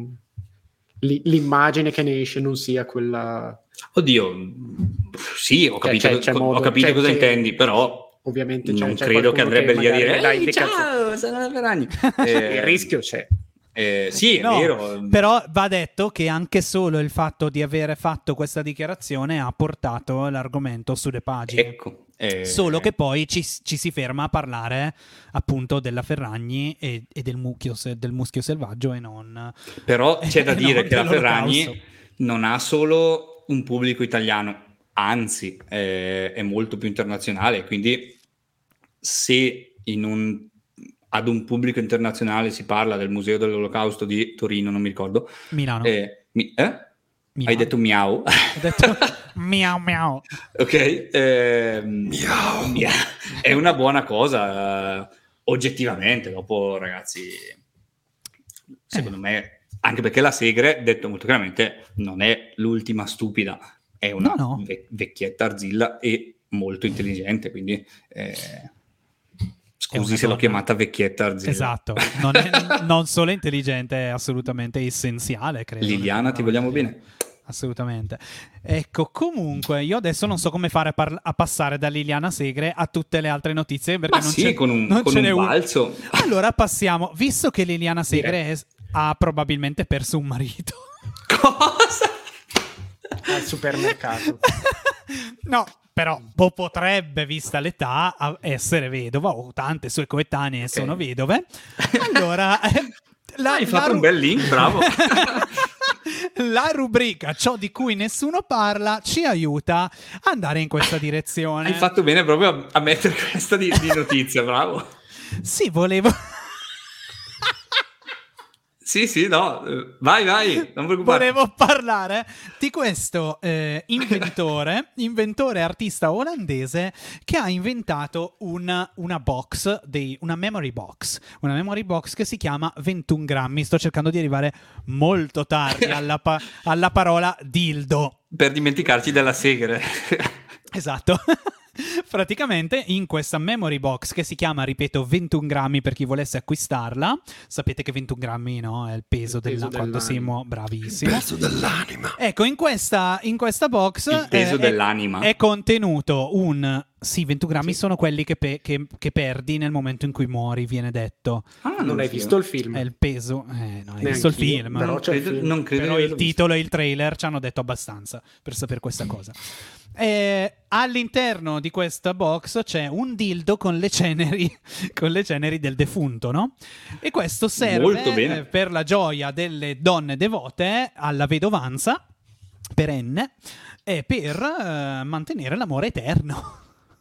l'immagine che ne esce non sia quella. Oddio, sì, ho capito, ho capito cosa intendi, però ovviamente non credo che andrebbe lì a dire ciao, sono la Ferragni. Il rischio c'è. Sì, è vero. Però va detto che anche solo il fatto di avere fatto questa dichiarazione ha portato l'argomento sulle pagine. Ecco, solo che poi ci si ferma a parlare appunto della Ferragni e del muschio selvaggio, e non. Però c'è da dire che la Ferragni non ha solo un pubblico italiano, anzi è molto più internazionale, quindi se ad un pubblico internazionale si parla del Museo dell'Olocausto di Torino, non mi ricordo. Milano. Milano. Hai detto miau? Ho detto miau miau. Ok. Miau. È una buona cosa, oggettivamente. Dopo, ragazzi, secondo me, anche perché la Segre, detto molto chiaramente, non è l'ultima stupida, è una vecchietta arzilla e molto intelligente, quindi... Scusi se l'ho chiamata vecchietta arzilla. Esatto, non solo intelligente, è assolutamente essenziale, credo. Liliana, ti vogliamo bene. Assolutamente. Ecco, comunque, io adesso non so come fare a passare da Liliana Segre a tutte le altre notizie, perché con un balzo. Allora passiamo, visto che Liliana Segre ha probabilmente perso un marito. Cosa? Al supermercato. No, però potrebbe, vista l'età, essere vedova, o tante sue coetanee sono vedove. Allora hai fatto un bel link, bravo. La rubrica Ciò di cui nessuno parla ci aiuta a andare in questa direzione. Hai fatto bene proprio a mettere questa di notizia, bravo. Sì, volevo... Sì, no, vai, non preoccupare. Volevo parlare di questo inventore artista olandese che ha inventato una memory box che si chiama 21 grammi. Sto cercando di arrivare molto tardi alla parola dildo. Per dimenticarci della Segre. Esatto. Praticamente in questa memory box, che si chiama, ripeto, 21 grammi per chi volesse acquistarla. Sapete che 21 grammi, no? È il peso quando siamo bravissimi. Il peso dell'anima. Ecco, in questa box il peso dell'anima è contenuto 21 grammi sono quelli che perdi nel momento in cui muori, viene detto. Non hai visto il film? È il peso. Non hai visto il film. Però non credo. Però il titolo e il trailer ci hanno detto abbastanza per sapere questa cosa. All'interno di questa box c'è un dildo con le ceneri del defunto, no? E questo serve per la gioia delle donne devote alla vedovanza perenne e per mantenere l'amore eterno.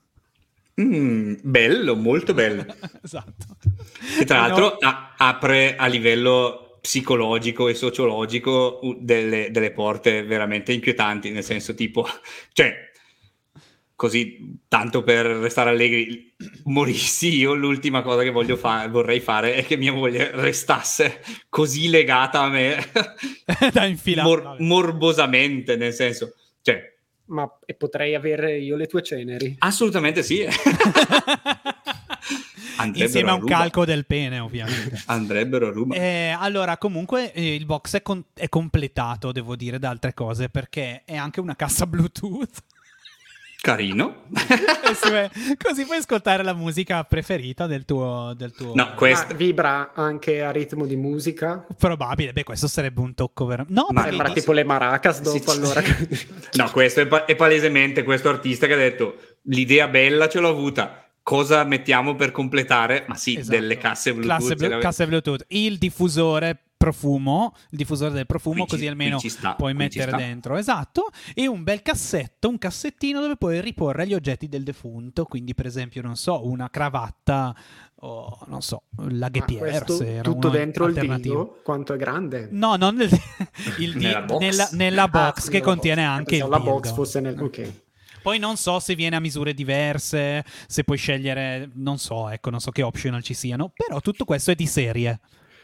Bello, molto bello. Esatto. E tra l'altro apre a livello psicologico e sociologico delle porte veramente inquietanti, nel senso, tipo, cioè, così, tanto per restare allegri, morissi io, l'ultima cosa che vorrei fare è che mia moglie restasse così legata a me da infilare morbosamente, nel senso, cioè, ma potrei avere io le tue ceneri? Assolutamente sì. Insieme a un calco del pene, ovviamente. Andrebbero a ruba. Allora, comunque il box è completato, devo dire, da altre cose, perché è anche una cassa Bluetooth. Carino. Così puoi ascoltare la musica preferita del tuo... No, vibra anche a ritmo di musica? Probabile, questo sarebbe un tocco vero. No, ma sembra tipo le maracas dopo, allora. No, questo è palesemente questo artista che ha detto l'idea bella ce l'ho avuta, cosa mettiamo per completare? Ma sì, esatto. Delle casse Bluetooth. Casse Bluetooth. Il diffusore del profumo, così almeno puoi mettere dentro, esatto, e un bel un cassettino dove puoi riporre gli oggetti del defunto, quindi per esempio, non so, una cravatta o non so, la Guépierre, se era tutto dentro il dildo? Quanto è grande? No, non nella box che contiene anche il dildo. La box fosse ok. Poi non so se viene a misure diverse, se puoi scegliere, non so che optional ci siano, però tutto questo è di serie.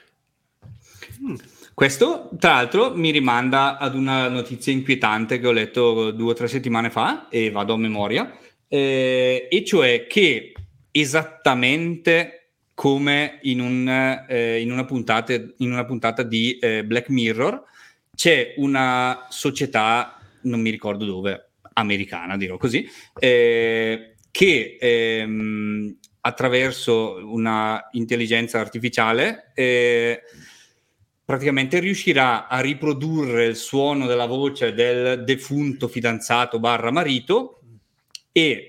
Questo, tra l'altro, mi rimanda ad una notizia inquietante che ho letto 2 o 3 settimane fa, e vado a memoria, e cioè che esattamente come in una puntata di Black Mirror c'è una società, non mi ricordo dove, americana dirò così, che attraverso una intelligenza artificiale praticamente riuscirà a riprodurre il suono della voce del defunto fidanzato / marito e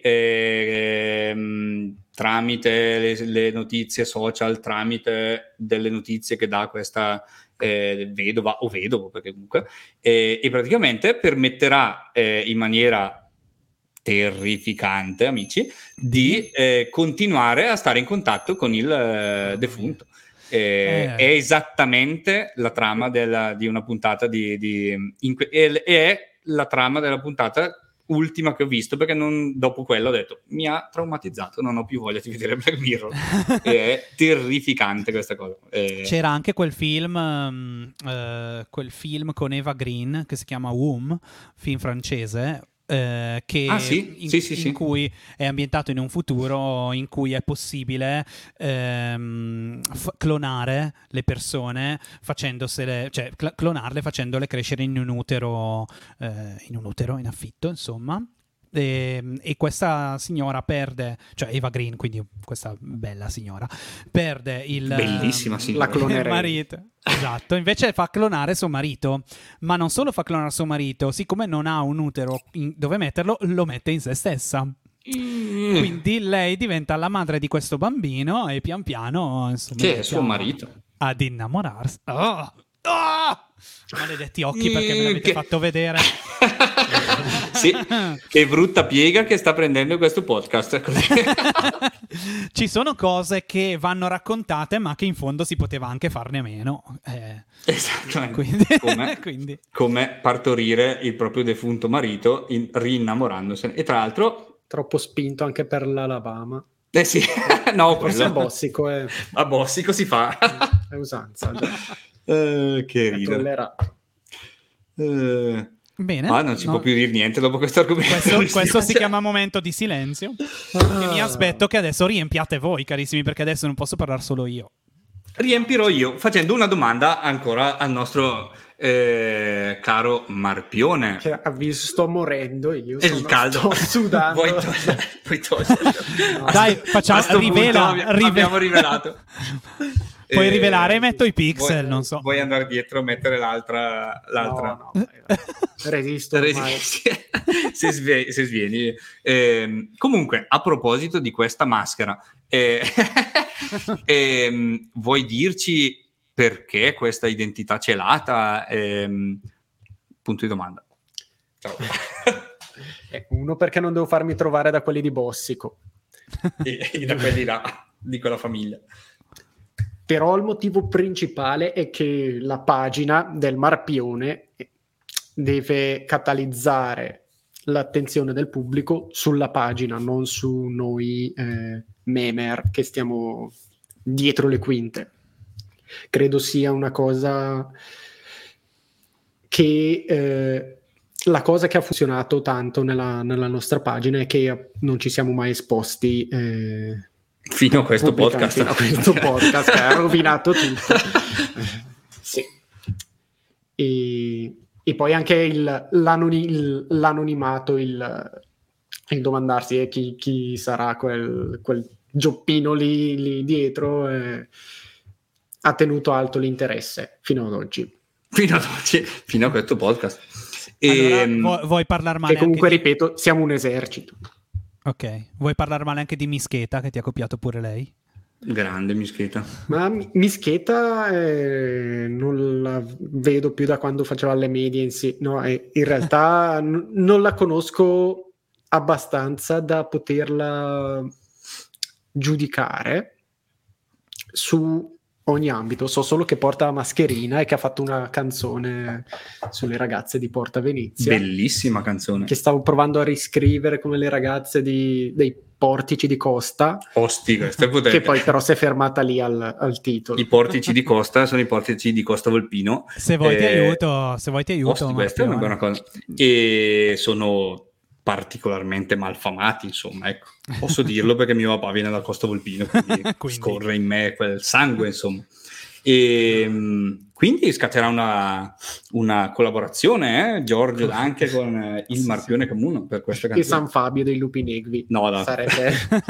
tramite le notizie social, tramite delle notizie che dà questa vedova o vedovo, perché comunque e praticamente permetterà in maniera terrificante, amici, di continuare a stare in contatto con il defunto. È esattamente la trama di una puntata è la trama della puntata ultima che ho visto, perché dopo quello ho detto mi ha traumatizzato, non ho più voglia di vedere Black Mirror. È terrificante questa cosa. C'era anche quel film con Eva Green che si chiama Womb, film francese, in cui è ambientato in un futuro in cui è possibile clonare le persone clonarle facendole crescere in un utero in affitto, insomma. E questa signora perde, cioè Eva Green, quindi questa bella signora, perde bellissima signora, il marito. Esatto, invece fa clonare suo marito, ma non solo fa clonare suo marito, siccome non ha un utero dove metterlo, lo mette in se stessa. Quindi lei diventa la madre di questo bambino e pian piano, insomma, che è suo marito, ad innamorarsi. Maledetti occhi, perché me l'avete fatto vedere. Sì, che brutta piega che sta prendendo questo podcast. Ci sono cose che vanno raccontate, ma che in fondo si poteva anche farne meno. Esattamente. Come partorire il proprio defunto marito rinnamorandosene. E tra l'altro troppo spinto anche per l'Alabama. Sì, no, forse a Bossico a Bossico si fa. È usanza. Che ridere. Bene, non si può più dire niente dopo questo argomento. Questo si chiama momento di silenzio. E mi aspetto che adesso riempiate voi, carissimi, perché adesso non posso parlare solo io. Riempirò io facendo una domanda ancora al nostro caro Marpione. Che avviso, sto morendo io. Il caldo. Sto sudando. Puoi toglierlo. No, dai, facciamo. Abbiamo rivelato. Puoi rivelare, metto i pixel, non so. Vuoi andare dietro, mettere l'altra? No, resisto. Se svieni. Comunque, a proposito di questa maschera, vuoi dirci perché questa identità celata? Punto di domanda. Ciao. Uno, perché non devo farmi trovare da quelli di Bossico. E da quelli là, di quella famiglia. Però il motivo principale è che la pagina del Marpione deve catalizzare l'attenzione del pubblico sulla pagina, non su noi memer che stiamo dietro le quinte. Credo sia una cosa che la cosa che ha funzionato tanto nella nostra pagina è che non ci siamo mai esposti Fino a questo podcast. Fino a questo podcast che ha rovinato tutto. Sì. E poi anche l'anonimato, il domandarsi chi sarà quel gioppino lì dietro, ha tenuto alto l'interesse fino ad oggi. Fino a questo podcast. Allora, vuoi parlare male? Che comunque, anche ripeto, siamo un esercito. Ok, vuoi parlare male anche di Mischeta, che ti ha copiato pure lei? Grande Mischeta. Ma Mischeta non la vedo più da quando faceva le medie no, in realtà non la conosco abbastanza da poterla giudicare su ogni ambito. So solo che porta la mascherina e che ha fatto una canzone sulle ragazze di Porta Venezia. Bellissima canzone. Che stavo provando a riscrivere come le ragazze dei Portici di Costa. Che poi però si è fermata lì al titolo. I Portici di Costa sono i Portici di Costa Volpino. Se vuoi ti aiuto. Questa è una buona cosa. E sono particolarmente malfamati, insomma, ecco. Posso dirlo perché mio papà viene dal Costa Volpino, quindi scorre in me quel sangue, insomma. E quindi scatterà una collaborazione, Giorgio, anche con il Marpione Camuno per questa canzone. E San Fabio dei Lupi Negri. No. Sarebbe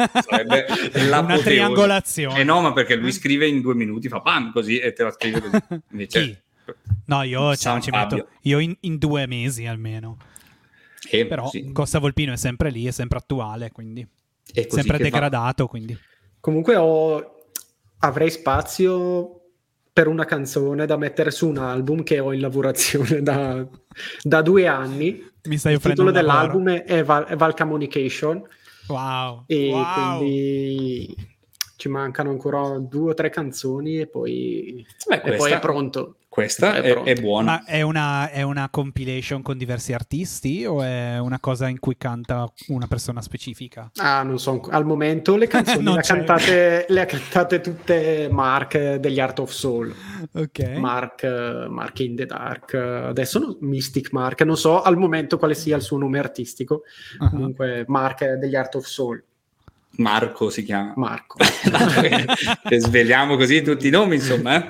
una triangolazione. No, ma perché lui scrive in 2 minuti, fa pam, così, e te la scrive così. Invece, no, io ci metto in 2 mesi almeno. Però sì. Costa Volpino è sempre lì, è sempre attuale, quindi è sempre degradato, quindi. Comunque avrei spazio per una canzone da mettere su un album che ho in lavorazione da 2 anni. Mi stai il titolo dell'album lavoro. è Valcommunication. Wow. Quindi ci mancano ancora 2 o 3 canzoni e poi è pronto. Questa è buona. Ma è una compilation con diversi artisti o è una cosa in cui canta una persona specifica? Non so, al momento le canzoni le ha cantate tutte Mark degli Art of Soul. Ok. Mark in the Dark, adesso Mystic Mark, non so al momento quale sia il suo nome artistico. Uh-huh. Comunque Mark degli Art of Soul. Marco si chiama. Marco. Che sveliamo così tutti i nomi, insomma.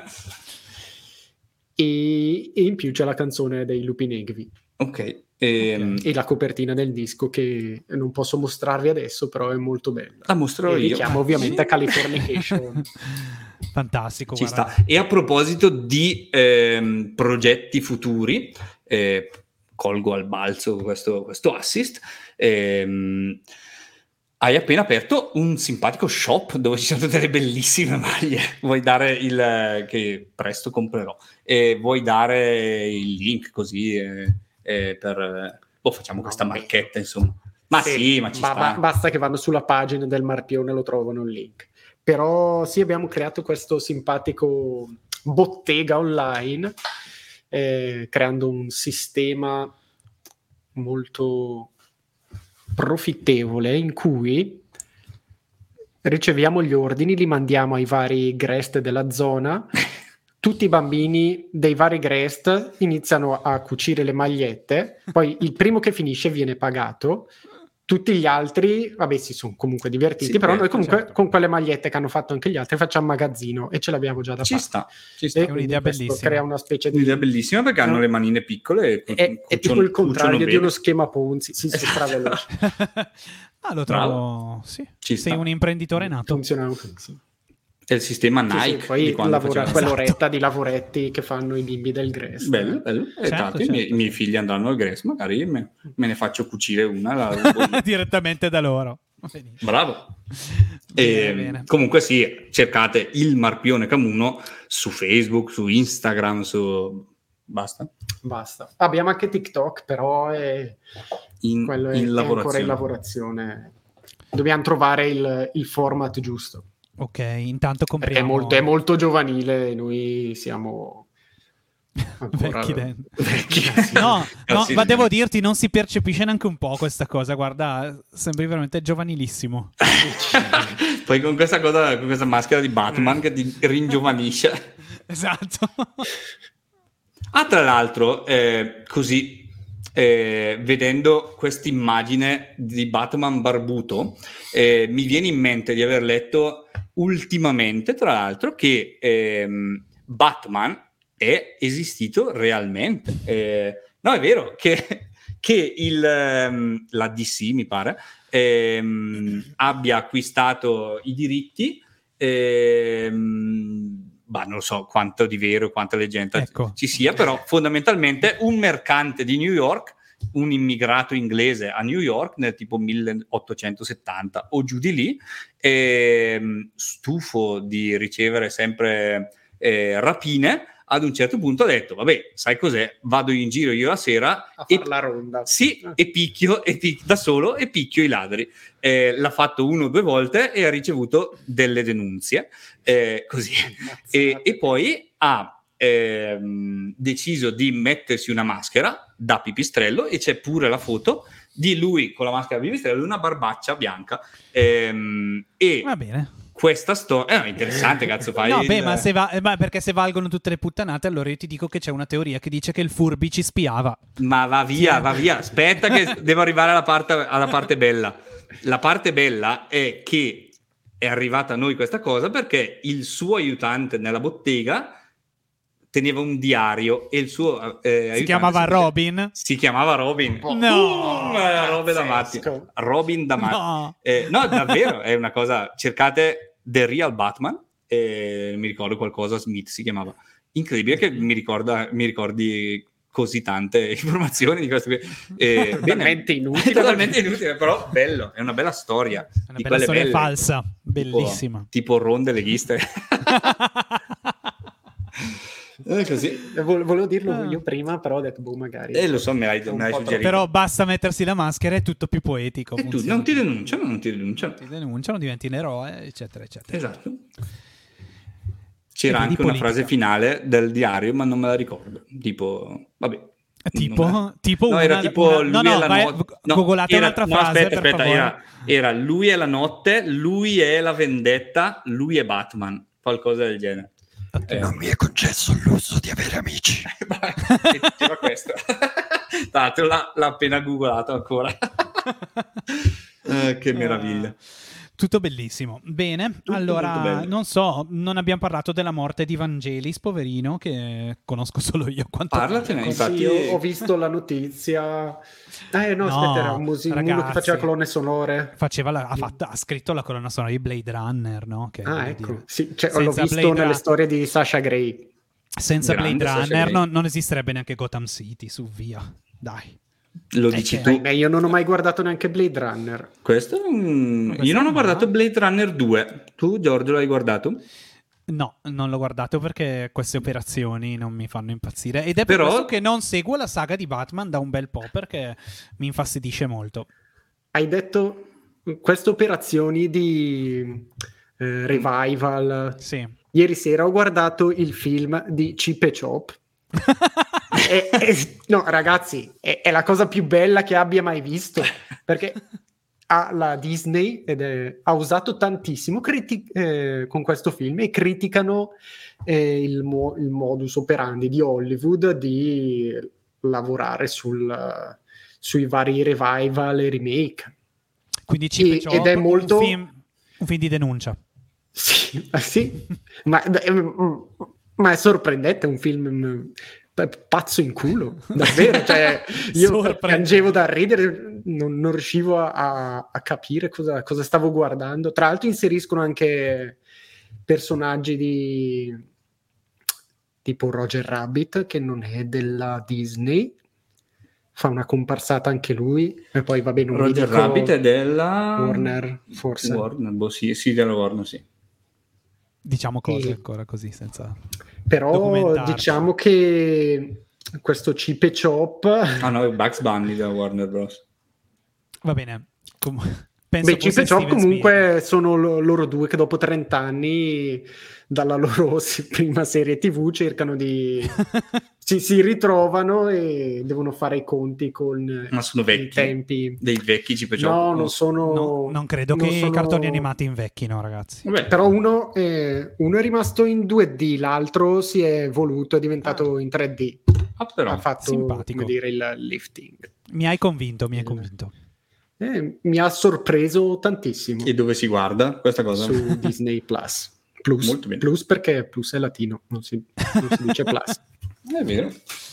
E in più c'è la canzone dei Lupi Negri. Ok. E la copertina del disco che non posso mostrarvi adesso, però è molto bella. La mostrerò io. Richiamo ovviamente a Californication. Fantastico. Ci sta. E a proposito di progetti futuri, colgo al balzo questo assist. Hai appena aperto un simpatico shop dove ci sono delle bellissime maglie. Vuoi dare che presto comprerò. Vuoi dare il link così facciamo questa marchetta, insomma. Ma sì, ma ci sta. Basta che vanno sulla pagina del Marpione e lo trovano il link. Però sì, abbiamo creato questo simpatico bottega online, creando un sistema molto profittevole in cui riceviamo gli ordini, li mandiamo ai vari Grest della zona. Tutti i bambini dei vari Grest iniziano a cucire le magliette, poi il primo che finisce viene pagato. Tutti gli altri, vabbè, si sono comunque divertiti, però noi comunque con quelle magliette che hanno fatto anche gli altri facciamo magazzino e ce l'abbiamo già da parte. Ci sta. È un'idea bellissima. Crea una specie di... Un'idea bellissima perché hanno le manine piccole. È tipo il contrario di uno schema Ponzi. Si straveloce. Lo trovo... Sì. Sei un imprenditore nato. Funziona così. È il sistema Nike. Sì, poi lavora quell'oretta di lavoretti che fanno i bimbi del Grest. Bello. Certo. I miei figli andranno al Grest, magari me ne faccio cucire una direttamente da loro. Bravo. Bene. Comunque sì, cercate il Marpione Camuno su Facebook, su Instagram, basta. Abbiamo anche TikTok, però è ancora in lavorazione. Dobbiamo trovare il format giusto. Ok, intanto compriamo... Perché è molto giovanile, noi siamo ancora vecchi. No, ma devo dirti, non si percepisce neanche un po' questa cosa, guarda, sembri veramente giovanilissimo. Poi con questa cosa, con questa maschera di Batman che ti ringiovanisce. Esatto. Tra l'altro, così vedendo questa immagine di Batman barbuto, mi viene in mente di aver letto ultimamente, tra l'altro, che Batman è esistito realmente. No, è vero che la DC, mi pare, abbia acquistato i diritti, non lo so quanto di vero, quanta leggenda ci sia, però fondamentalmente un mercante di New York, un immigrato inglese a New York nel tipo 1870 o giù di lì, stufo di ricevere sempre rapine, ad un certo punto ha detto: vabbè, sai cos'è? Vado in giro io la sera a far la ronda. Sì, e picchio da solo e picchio i ladri. L'ha fatto 1 o 2 volte e ha ricevuto delle denunzie. Così. E poi ha deciso di mettersi una maschera da pipistrello, e c'è pure la foto di lui con la maschera da pipistrello e una barbaccia bianca. Va bene. Questa storia è interessante, cazzo fai? No, ma perché se valgono tutte le puttanate, allora io ti dico che c'è una teoria che dice che il Furby ci spiava. Ma va via. Aspetta che devo arrivare alla parte bella. La parte bella è che è arrivata a noi questa cosa perché il suo aiutante nella bottega teneva un diario e il suo si chiamava Robin? Si chiamava Robin. No! Robe da matti. Robin da matti. No, davvero, è una cosa... Cercate The Real Batman, mi ricordo qualcosa, Smith si chiamava. Incredibile che mi ricordi così tante informazioni di questo. Totalmente inutile, però bello, è una bella storia. È una bella storia falsa, bellissima. Tipo Ron de leghiste. Così. Volevo dirlo io prima, però ho detto magari. Lo so, me l'hai suggerito. Però basta mettersi la maschera, è tutto più poetico. E tu non ti denunciano. Diventi un eroe, eccetera, eccetera. Esatto. C'era anche una frase finale del diario, ma non me la ricordo. Tipo, vabbè. Googolate un'altra frase. Aspetta, era lui è la notte, lui è la vendetta, lui è Batman, qualcosa del genere. Non mi è concesso l'uso di avere amici. Diceva questo. Tanto l'ha appena googolato ancora. Che meraviglia. Tutto bellissimo. Bene, allora, non so, non abbiamo parlato della morte di Vangelis, poverino, che conosco solo io. Parlatene, infatti. Io ho visto la notizia. Aspetta, era un uno che faceva colonne sonore. Ha scritto la colonna sonora di Blade Runner, no? Che ecco. Sì, l'ho visto nelle storie di Sasha Grey. Senza Blade Runner non esisterebbe neanche Gotham City, su via. Dai. Lo dici tu? Io non ho mai guardato neanche Blade Runner. Questo io non ho guardato Blade Runner 2. Tu, Giorgio, l'hai guardato? No, non l'ho guardato perché queste operazioni non mi fanno impazzire. Ed è per questo che non seguo la saga di Batman da un bel po', perché mi infastidisce molto. Hai detto queste operazioni di revival. Sì. Ieri sera ho guardato il film di Chip e Chop. No, ragazzi, è la cosa più bella che abbia mai visto, perché la Disney ha usato tantissimo con questo film e criticano il modus operandi di Hollywood di lavorare sui vari revival e remake. Quindi ed è molto un film di denuncia. Sì, ma è sorprendente, un film pazzo in culo, davvero. Cioè, io piangevo da ridere, non riuscivo a capire cosa stavo guardando. Tra l'altro inseriscono anche personaggi tipo Roger Rabbit, che non è della Disney, fa una comparsata anche lui, e poi va bene. Roger Rabbit è della Warner, forse. Warner, sì, della Warner, sì. Diciamo cose ancora così, senza... Però diciamo che questo Chip e Chop... no, Bugs Bunny da Warner Bros. Va bene. Chip e Chop comunque sono loro due che dopo 30 anni dalla loro prima serie TV cercano di... si ritrovano e devono fare i conti con i tempi. Dei vecchi Chip e Chop? No, non sono... non credo che i cartoni animati invecchino, ragazzi. Vabbè, però uno è rimasto in 2D, l'altro si è evoluto, è diventato in 3D. ha fatto, simpatico, come dire, il lifting. Mi hai convinto. Mi ha sorpreso tantissimo. E dove si guarda questa cosa? Su Disney Plus. Molto bene. Plus perché Plus è latino, non si dice Plus. È vero.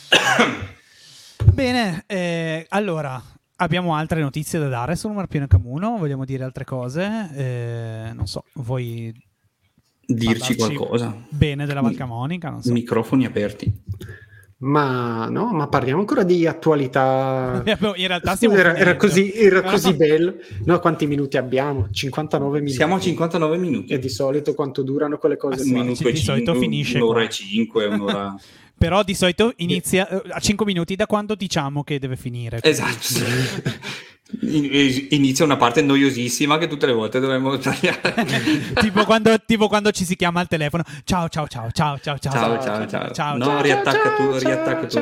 Bene, allora abbiamo altre notizie da dare sul Marpione Camuno? Vogliamo dire altre cose? Non so, vuoi dirci qualcosa? Bene della Val Camonica? Non so. Microfoni aperti. Ma parliamo ancora di attualità. In realtà era così bello. No, quanti minuti abbiamo? 59 minuti. Siamo a 59 minuti. E di solito quanto durano quelle cose? Un minuto di solito finisce un'ora e 5, un'ora. Però di solito inizia a 5 minuti da quando diciamo che deve finire. Esatto. Inizia una parte noiosissima che tutte le volte dovremmo tagliare. tipo quando ci si chiama al telefono. Ciao. No, riattacca tu.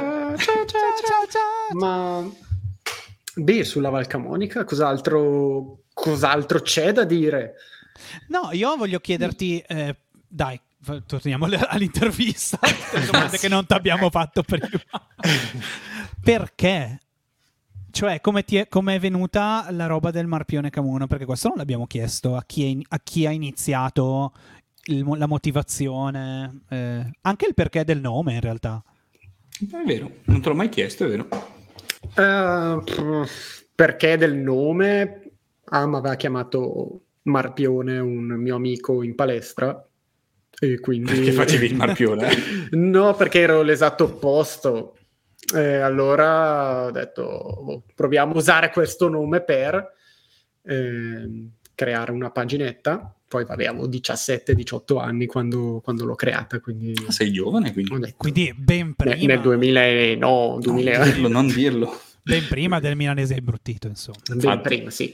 Ma sulla Val Camonica cos'altro c'è da dire? No, io voglio chiederti, dai, torniamo all'intervista, domande che non ti abbiamo fatto prima. Perché? Cioè, come è venuta la roba del Marpione Camuno? Perché questo non l'abbiamo chiesto a chi ha iniziato, la motivazione, anche il perché del nome, in realtà. È vero, non te l'ho mai chiesto, è vero. Perché del nome? Mi aveva chiamato Marpione un mio amico in palestra. E quindi... Perché facevi il Marpione? No, perché ero l'esatto opposto. Allora ho detto proviamo a usare questo nome per creare una paginetta. Poi avevo 17-18 anni quando l'ho creata, quindi... Sei giovane, quindi. Detto, quindi ben prima. Nel 2000... Non dirlo. Ben prima del milanese imbruttito, insomma. Ben prima, sì.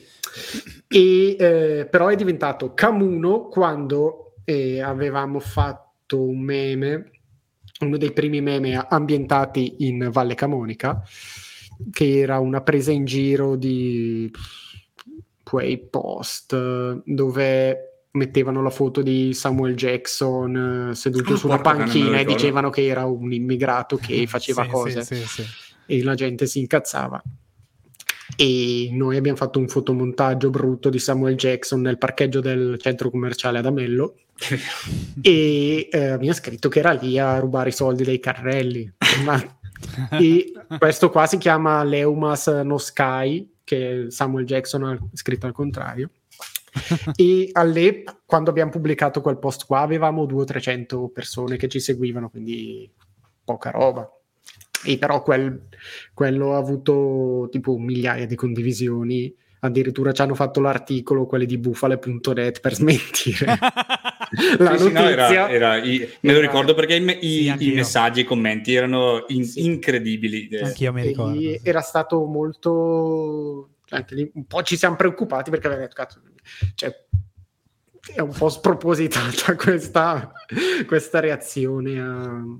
E però è diventato Camuno quando avevamo fatto un meme, uno dei primi meme ambientati in Valle Camonica, che era una presa in giro quei post dove mettevano la foto di Samuel Jackson seduto su una panchina e dicevano che era un immigrato che faceva cose. Sì. E la gente si incazzava. E noi abbiamo fatto un fotomontaggio brutto di Samuel Jackson nel parcheggio del centro commerciale ad Amello e mi ha scritto che era lì a rubare i soldi dei carrelli. E questo qua si chiama Leumas No Sky, che Samuel Jackson ha scritto al contrario. E quando abbiamo pubblicato quel post qua avevamo 200-300 persone che ci seguivano, quindi poca roba. E però quello ha avuto tipo migliaia di condivisioni, addirittura ci hanno fatto l'articolo quelli di bufale.net per smentire la notizia. Me lo ricordo perché i messaggi e i commenti erano incredibili. Anch'io mi ricordo. Era stato molto... Anche lì un po' ci siamo preoccupati perché avevamo detto, cazzo, cioè, è un po' spropositata questa reazione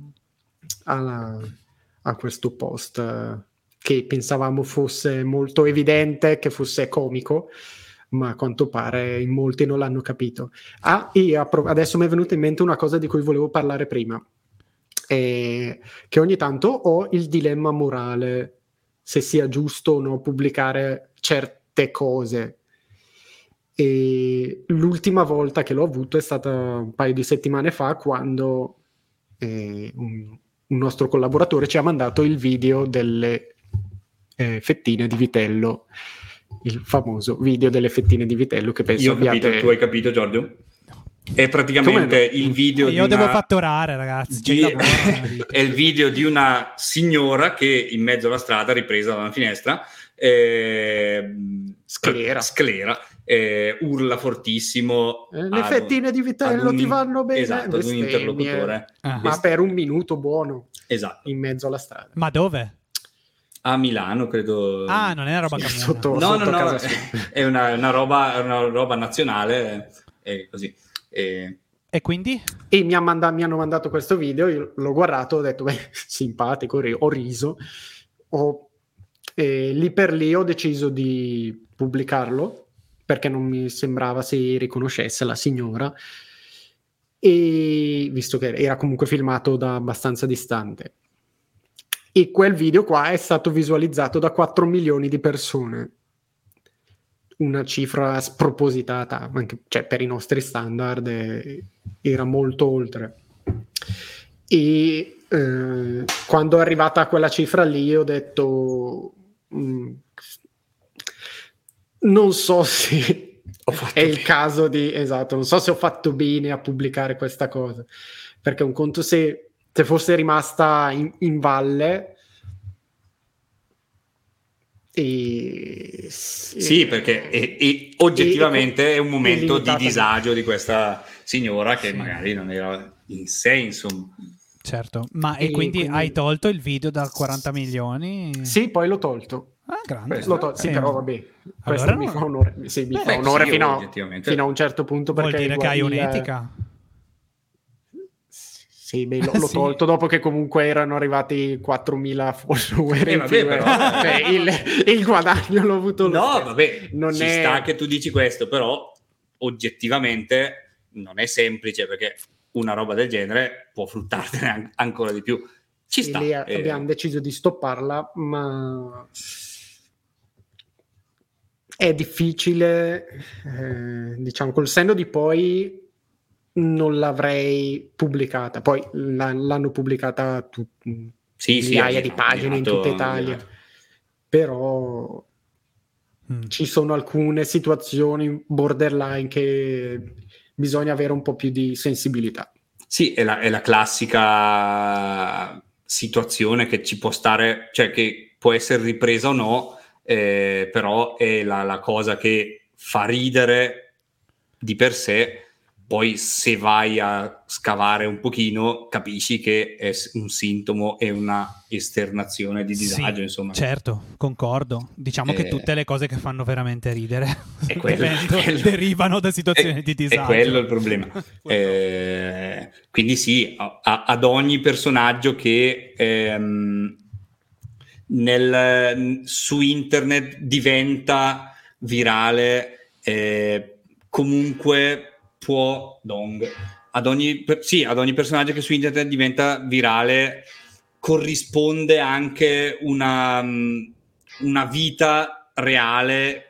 a questo post che pensavamo fosse molto evidente, che fosse comico, ma a quanto pare in molti non l'hanno capito. Adesso mi è venuta in mente una cosa di cui volevo parlare prima, che ogni tanto ho il dilemma morale se sia giusto o no pubblicare certe cose. E l'ultima volta che l'ho avuto è stata un paio di settimane fa, quando un nostro collaboratore ci ha mandato il video delle fettine di vitello, il famoso video delle fettine di vitello che penso abbiate... Tu hai capito, Giorgio? È praticamente il video io devo fattorare, ragazzi, è il video di una signora che in mezzo alla strada, ripresa da una finestra, sclera, urla fortissimo, le fettine di vitello ti vanno bene, esatto, ad un interlocutore, ma per un minuto buono, esatto, in mezzo alla strada. Ma dove? A Milano, credo. Non è roba Camuna. No, è una roba nazionale, così. E quindi? E mi hanno mandato questo video, io l'ho guardato, ho detto simpatico, ho riso, lì per lì ho deciso di pubblicarlo perché non mi sembrava si riconoscesse la signora, e visto che era comunque filmato da abbastanza distante. E quel video qua è stato visualizzato da 4 milioni di persone. Una cifra spropositata, anche, cioè, per i nostri standard era molto oltre. E quando è arrivata a quella cifra lì ho detto non so se è il caso di... Esatto, non so se ho fatto bene a pubblicare questa cosa, perché un conto se fosse rimasta in valle... Sì, perché oggettivamente è un momento di disagio di questa signora che magari non era in sé, insomma. Certo, ma e quindi hai tolto il video da 40 milioni? Sì, poi l'ho tolto. Ah, grande. Sì, però vabbè, questo allora mi fa onore. Sì, mi fa onore fino a un certo punto. Vuol dire che hai un'etica? Sì, beh, l'ho tolto dopo che comunque erano arrivati 4.000 follower in più. Il guadagno l'ho avuto lo stesso. Vabbè, sta che tu dici questo, però oggettivamente non è semplice, perché una roba del genere può fruttartene ancora di più. Ci sta. Lì abbiamo deciso di stopparla, ma è difficile, diciamo, col senno di poi non l'avrei pubblicata. Poi l'hanno pubblicata migliaia di pagine in tutta Italia. Però ci sono alcune situazioni borderline che bisogna avere un po' più di sensibilità. Sì, è la classica situazione che ci può stare, cioè che può essere ripresa o no, però è la cosa che fa ridere di per sé. Poi se vai a scavare un pochino capisci che è un sintomo e una esternazione di disagio, sì, insomma. Certo, concordo. Diciamo che tutte le cose che fanno veramente ridere derivano da situazioni di disagio. È quello il problema. Quindi sì, ad ogni personaggio che su internet diventa virale, comunque ad ogni personaggio che su internet diventa virale corrisponde anche una vita reale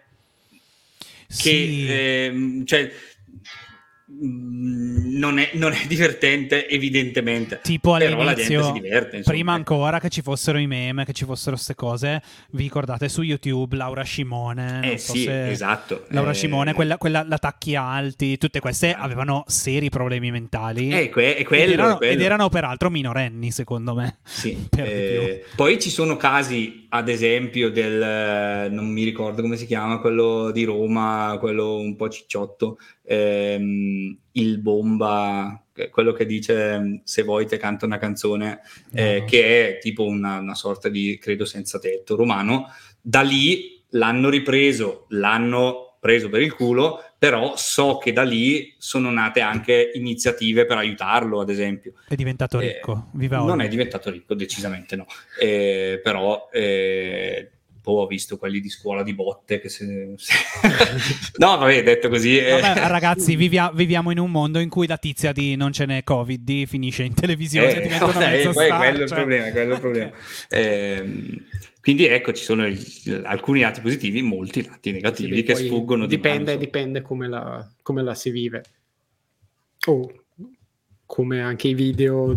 che cioè non è divertente, evidentemente, tipo però all'inizio, la gente si diverte, insomma. Prima ancora che ci fossero i meme, che ci fossero queste cose, vi ricordate su YouTube Laura Scimone? Esatto, Laura Scimone, quella la Tacchi Alti, tutte queste avevano seri problemi mentali ed erano peraltro minorenni, secondo me. Sì. Poi ci sono casi, ad esempio non mi ricordo come si chiama, quello di Roma, quello un po' cicciotto, il Bomba, quello che dice se vuoi te canta una canzone, che è tipo una sorta di credo senza tetto romano. Da lì l'hanno preso per il culo, però so che da lì sono nate anche iniziative per aiutarlo, ad esempio. È diventato ricco, viva non oggi. è diventato ricco, decisamente no, però ho visto quelli di scuola di botte che no, vabbè, detto così. Vabbè, ragazzi, viviamo in un mondo in cui la tizia di non ce n'è Covid finisce in televisione e diventa una mezza star. Quello è il problema. Quindi ecco, ci sono alcuni lati positivi, molti lati negativi che sfuggono dipende come la si vive. Come anche i video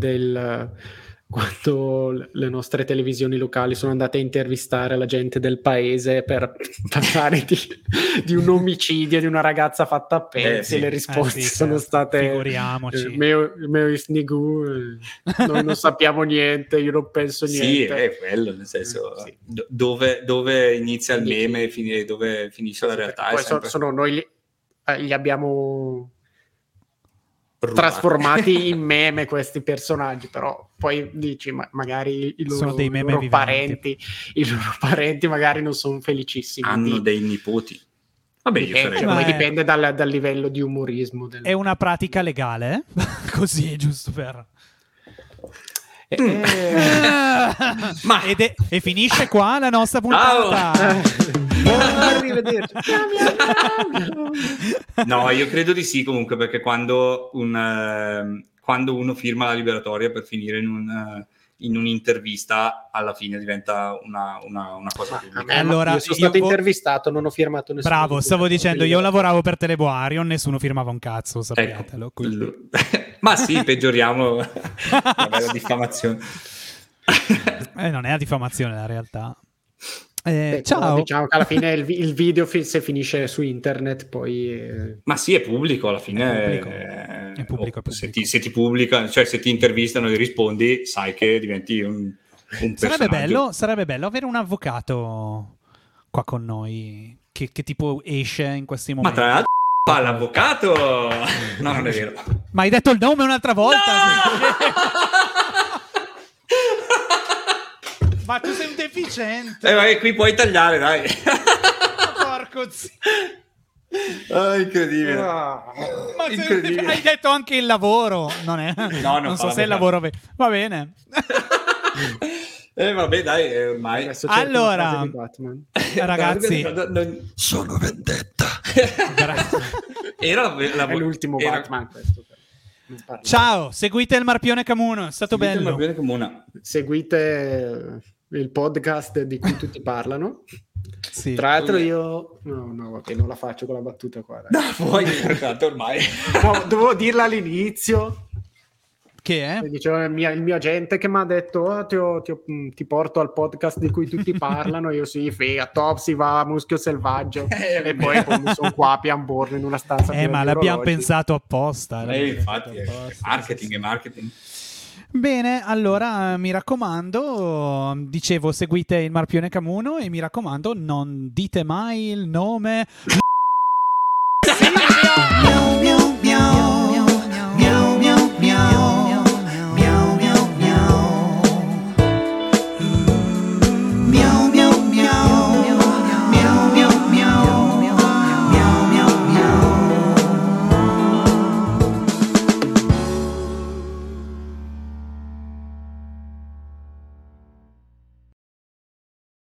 quando le nostre televisioni locali sono andate a intervistare la gente del paese per parlare di un omicidio di una ragazza fatta a pezzi, le risposte sono state figuriamoci, meo isnigu, noi non sappiamo niente, io non penso niente. Sì, è quello, nel senso dove inizia il meme e dove finisce la realtà. Poi noi li abbiamo trasformati in meme questi personaggi, però poi dici magari i loro parenti magari non sono felicissimi, hanno dei nipoti. Vabbè, poi dipende dal livello di umorismo è una pratica legale così, giusto per e finisce qua la nostra puntata. Arrivederci. No, io credo di sì, comunque, perché quando uno firma la liberatoria per finire in in un'intervista alla fine diventa una cosa pubblica. Allora, io sono stato intervistato, non ho firmato nessuno. Bravo, stavo dicendo, io lavoravo per Teleboa Arion, nessuno firmava un cazzo, sappiatelo. Ecco. Ma sì, peggioriamo la diffamazione. Non è la diffamazione, la realtà. Ciao. Diciamo che alla fine il video se finisce su internet poi ma sì, è pubblico alla fine, è pubblico. Se ti pubblicano, cioè se ti intervistano e rispondi, sai che diventi un personaggio. Sarebbe bello avere un avvocato qua con noi che tipo esce in questi momenti. Ma tra l'altro l'avvocato no, non è vero. Ma hai detto il nome un'altra volta? No! Ma tu sei un deficiente. Ma qui puoi tagliare, dai. Porco zio. Incredibile. Ma incredibile. Hai detto anche il lavoro. Non so se è il lavoro. Va bene. Vabbè, dai, ormai. Allora, ragazzi, sono vendetta. È l'ultimo Batman questo. Ciao, seguite il Marpione Camuno, è stato bello. Il Marpione Camuno. Seguite il podcast di cui tutti parlano. Sì. Tra l'altro io vabbè, non la faccio con la battuta qua. Dai. No, poi ormai. No, dovevo dirla all'inizio. Che è? Diceva il mio agente che mi ha detto ti porto al podcast di cui tutti parlano. Io sì, figa, top, si va a Muschio Selvaggio. E poi mi sono qua a Piamborno in una stanza ma l'abbiamo pensato apposta. Infatti, marketing. Bene, allora mi raccomando, dicevo, seguite il Marpione Camuno e mi raccomando, non dite mai il nome Silvio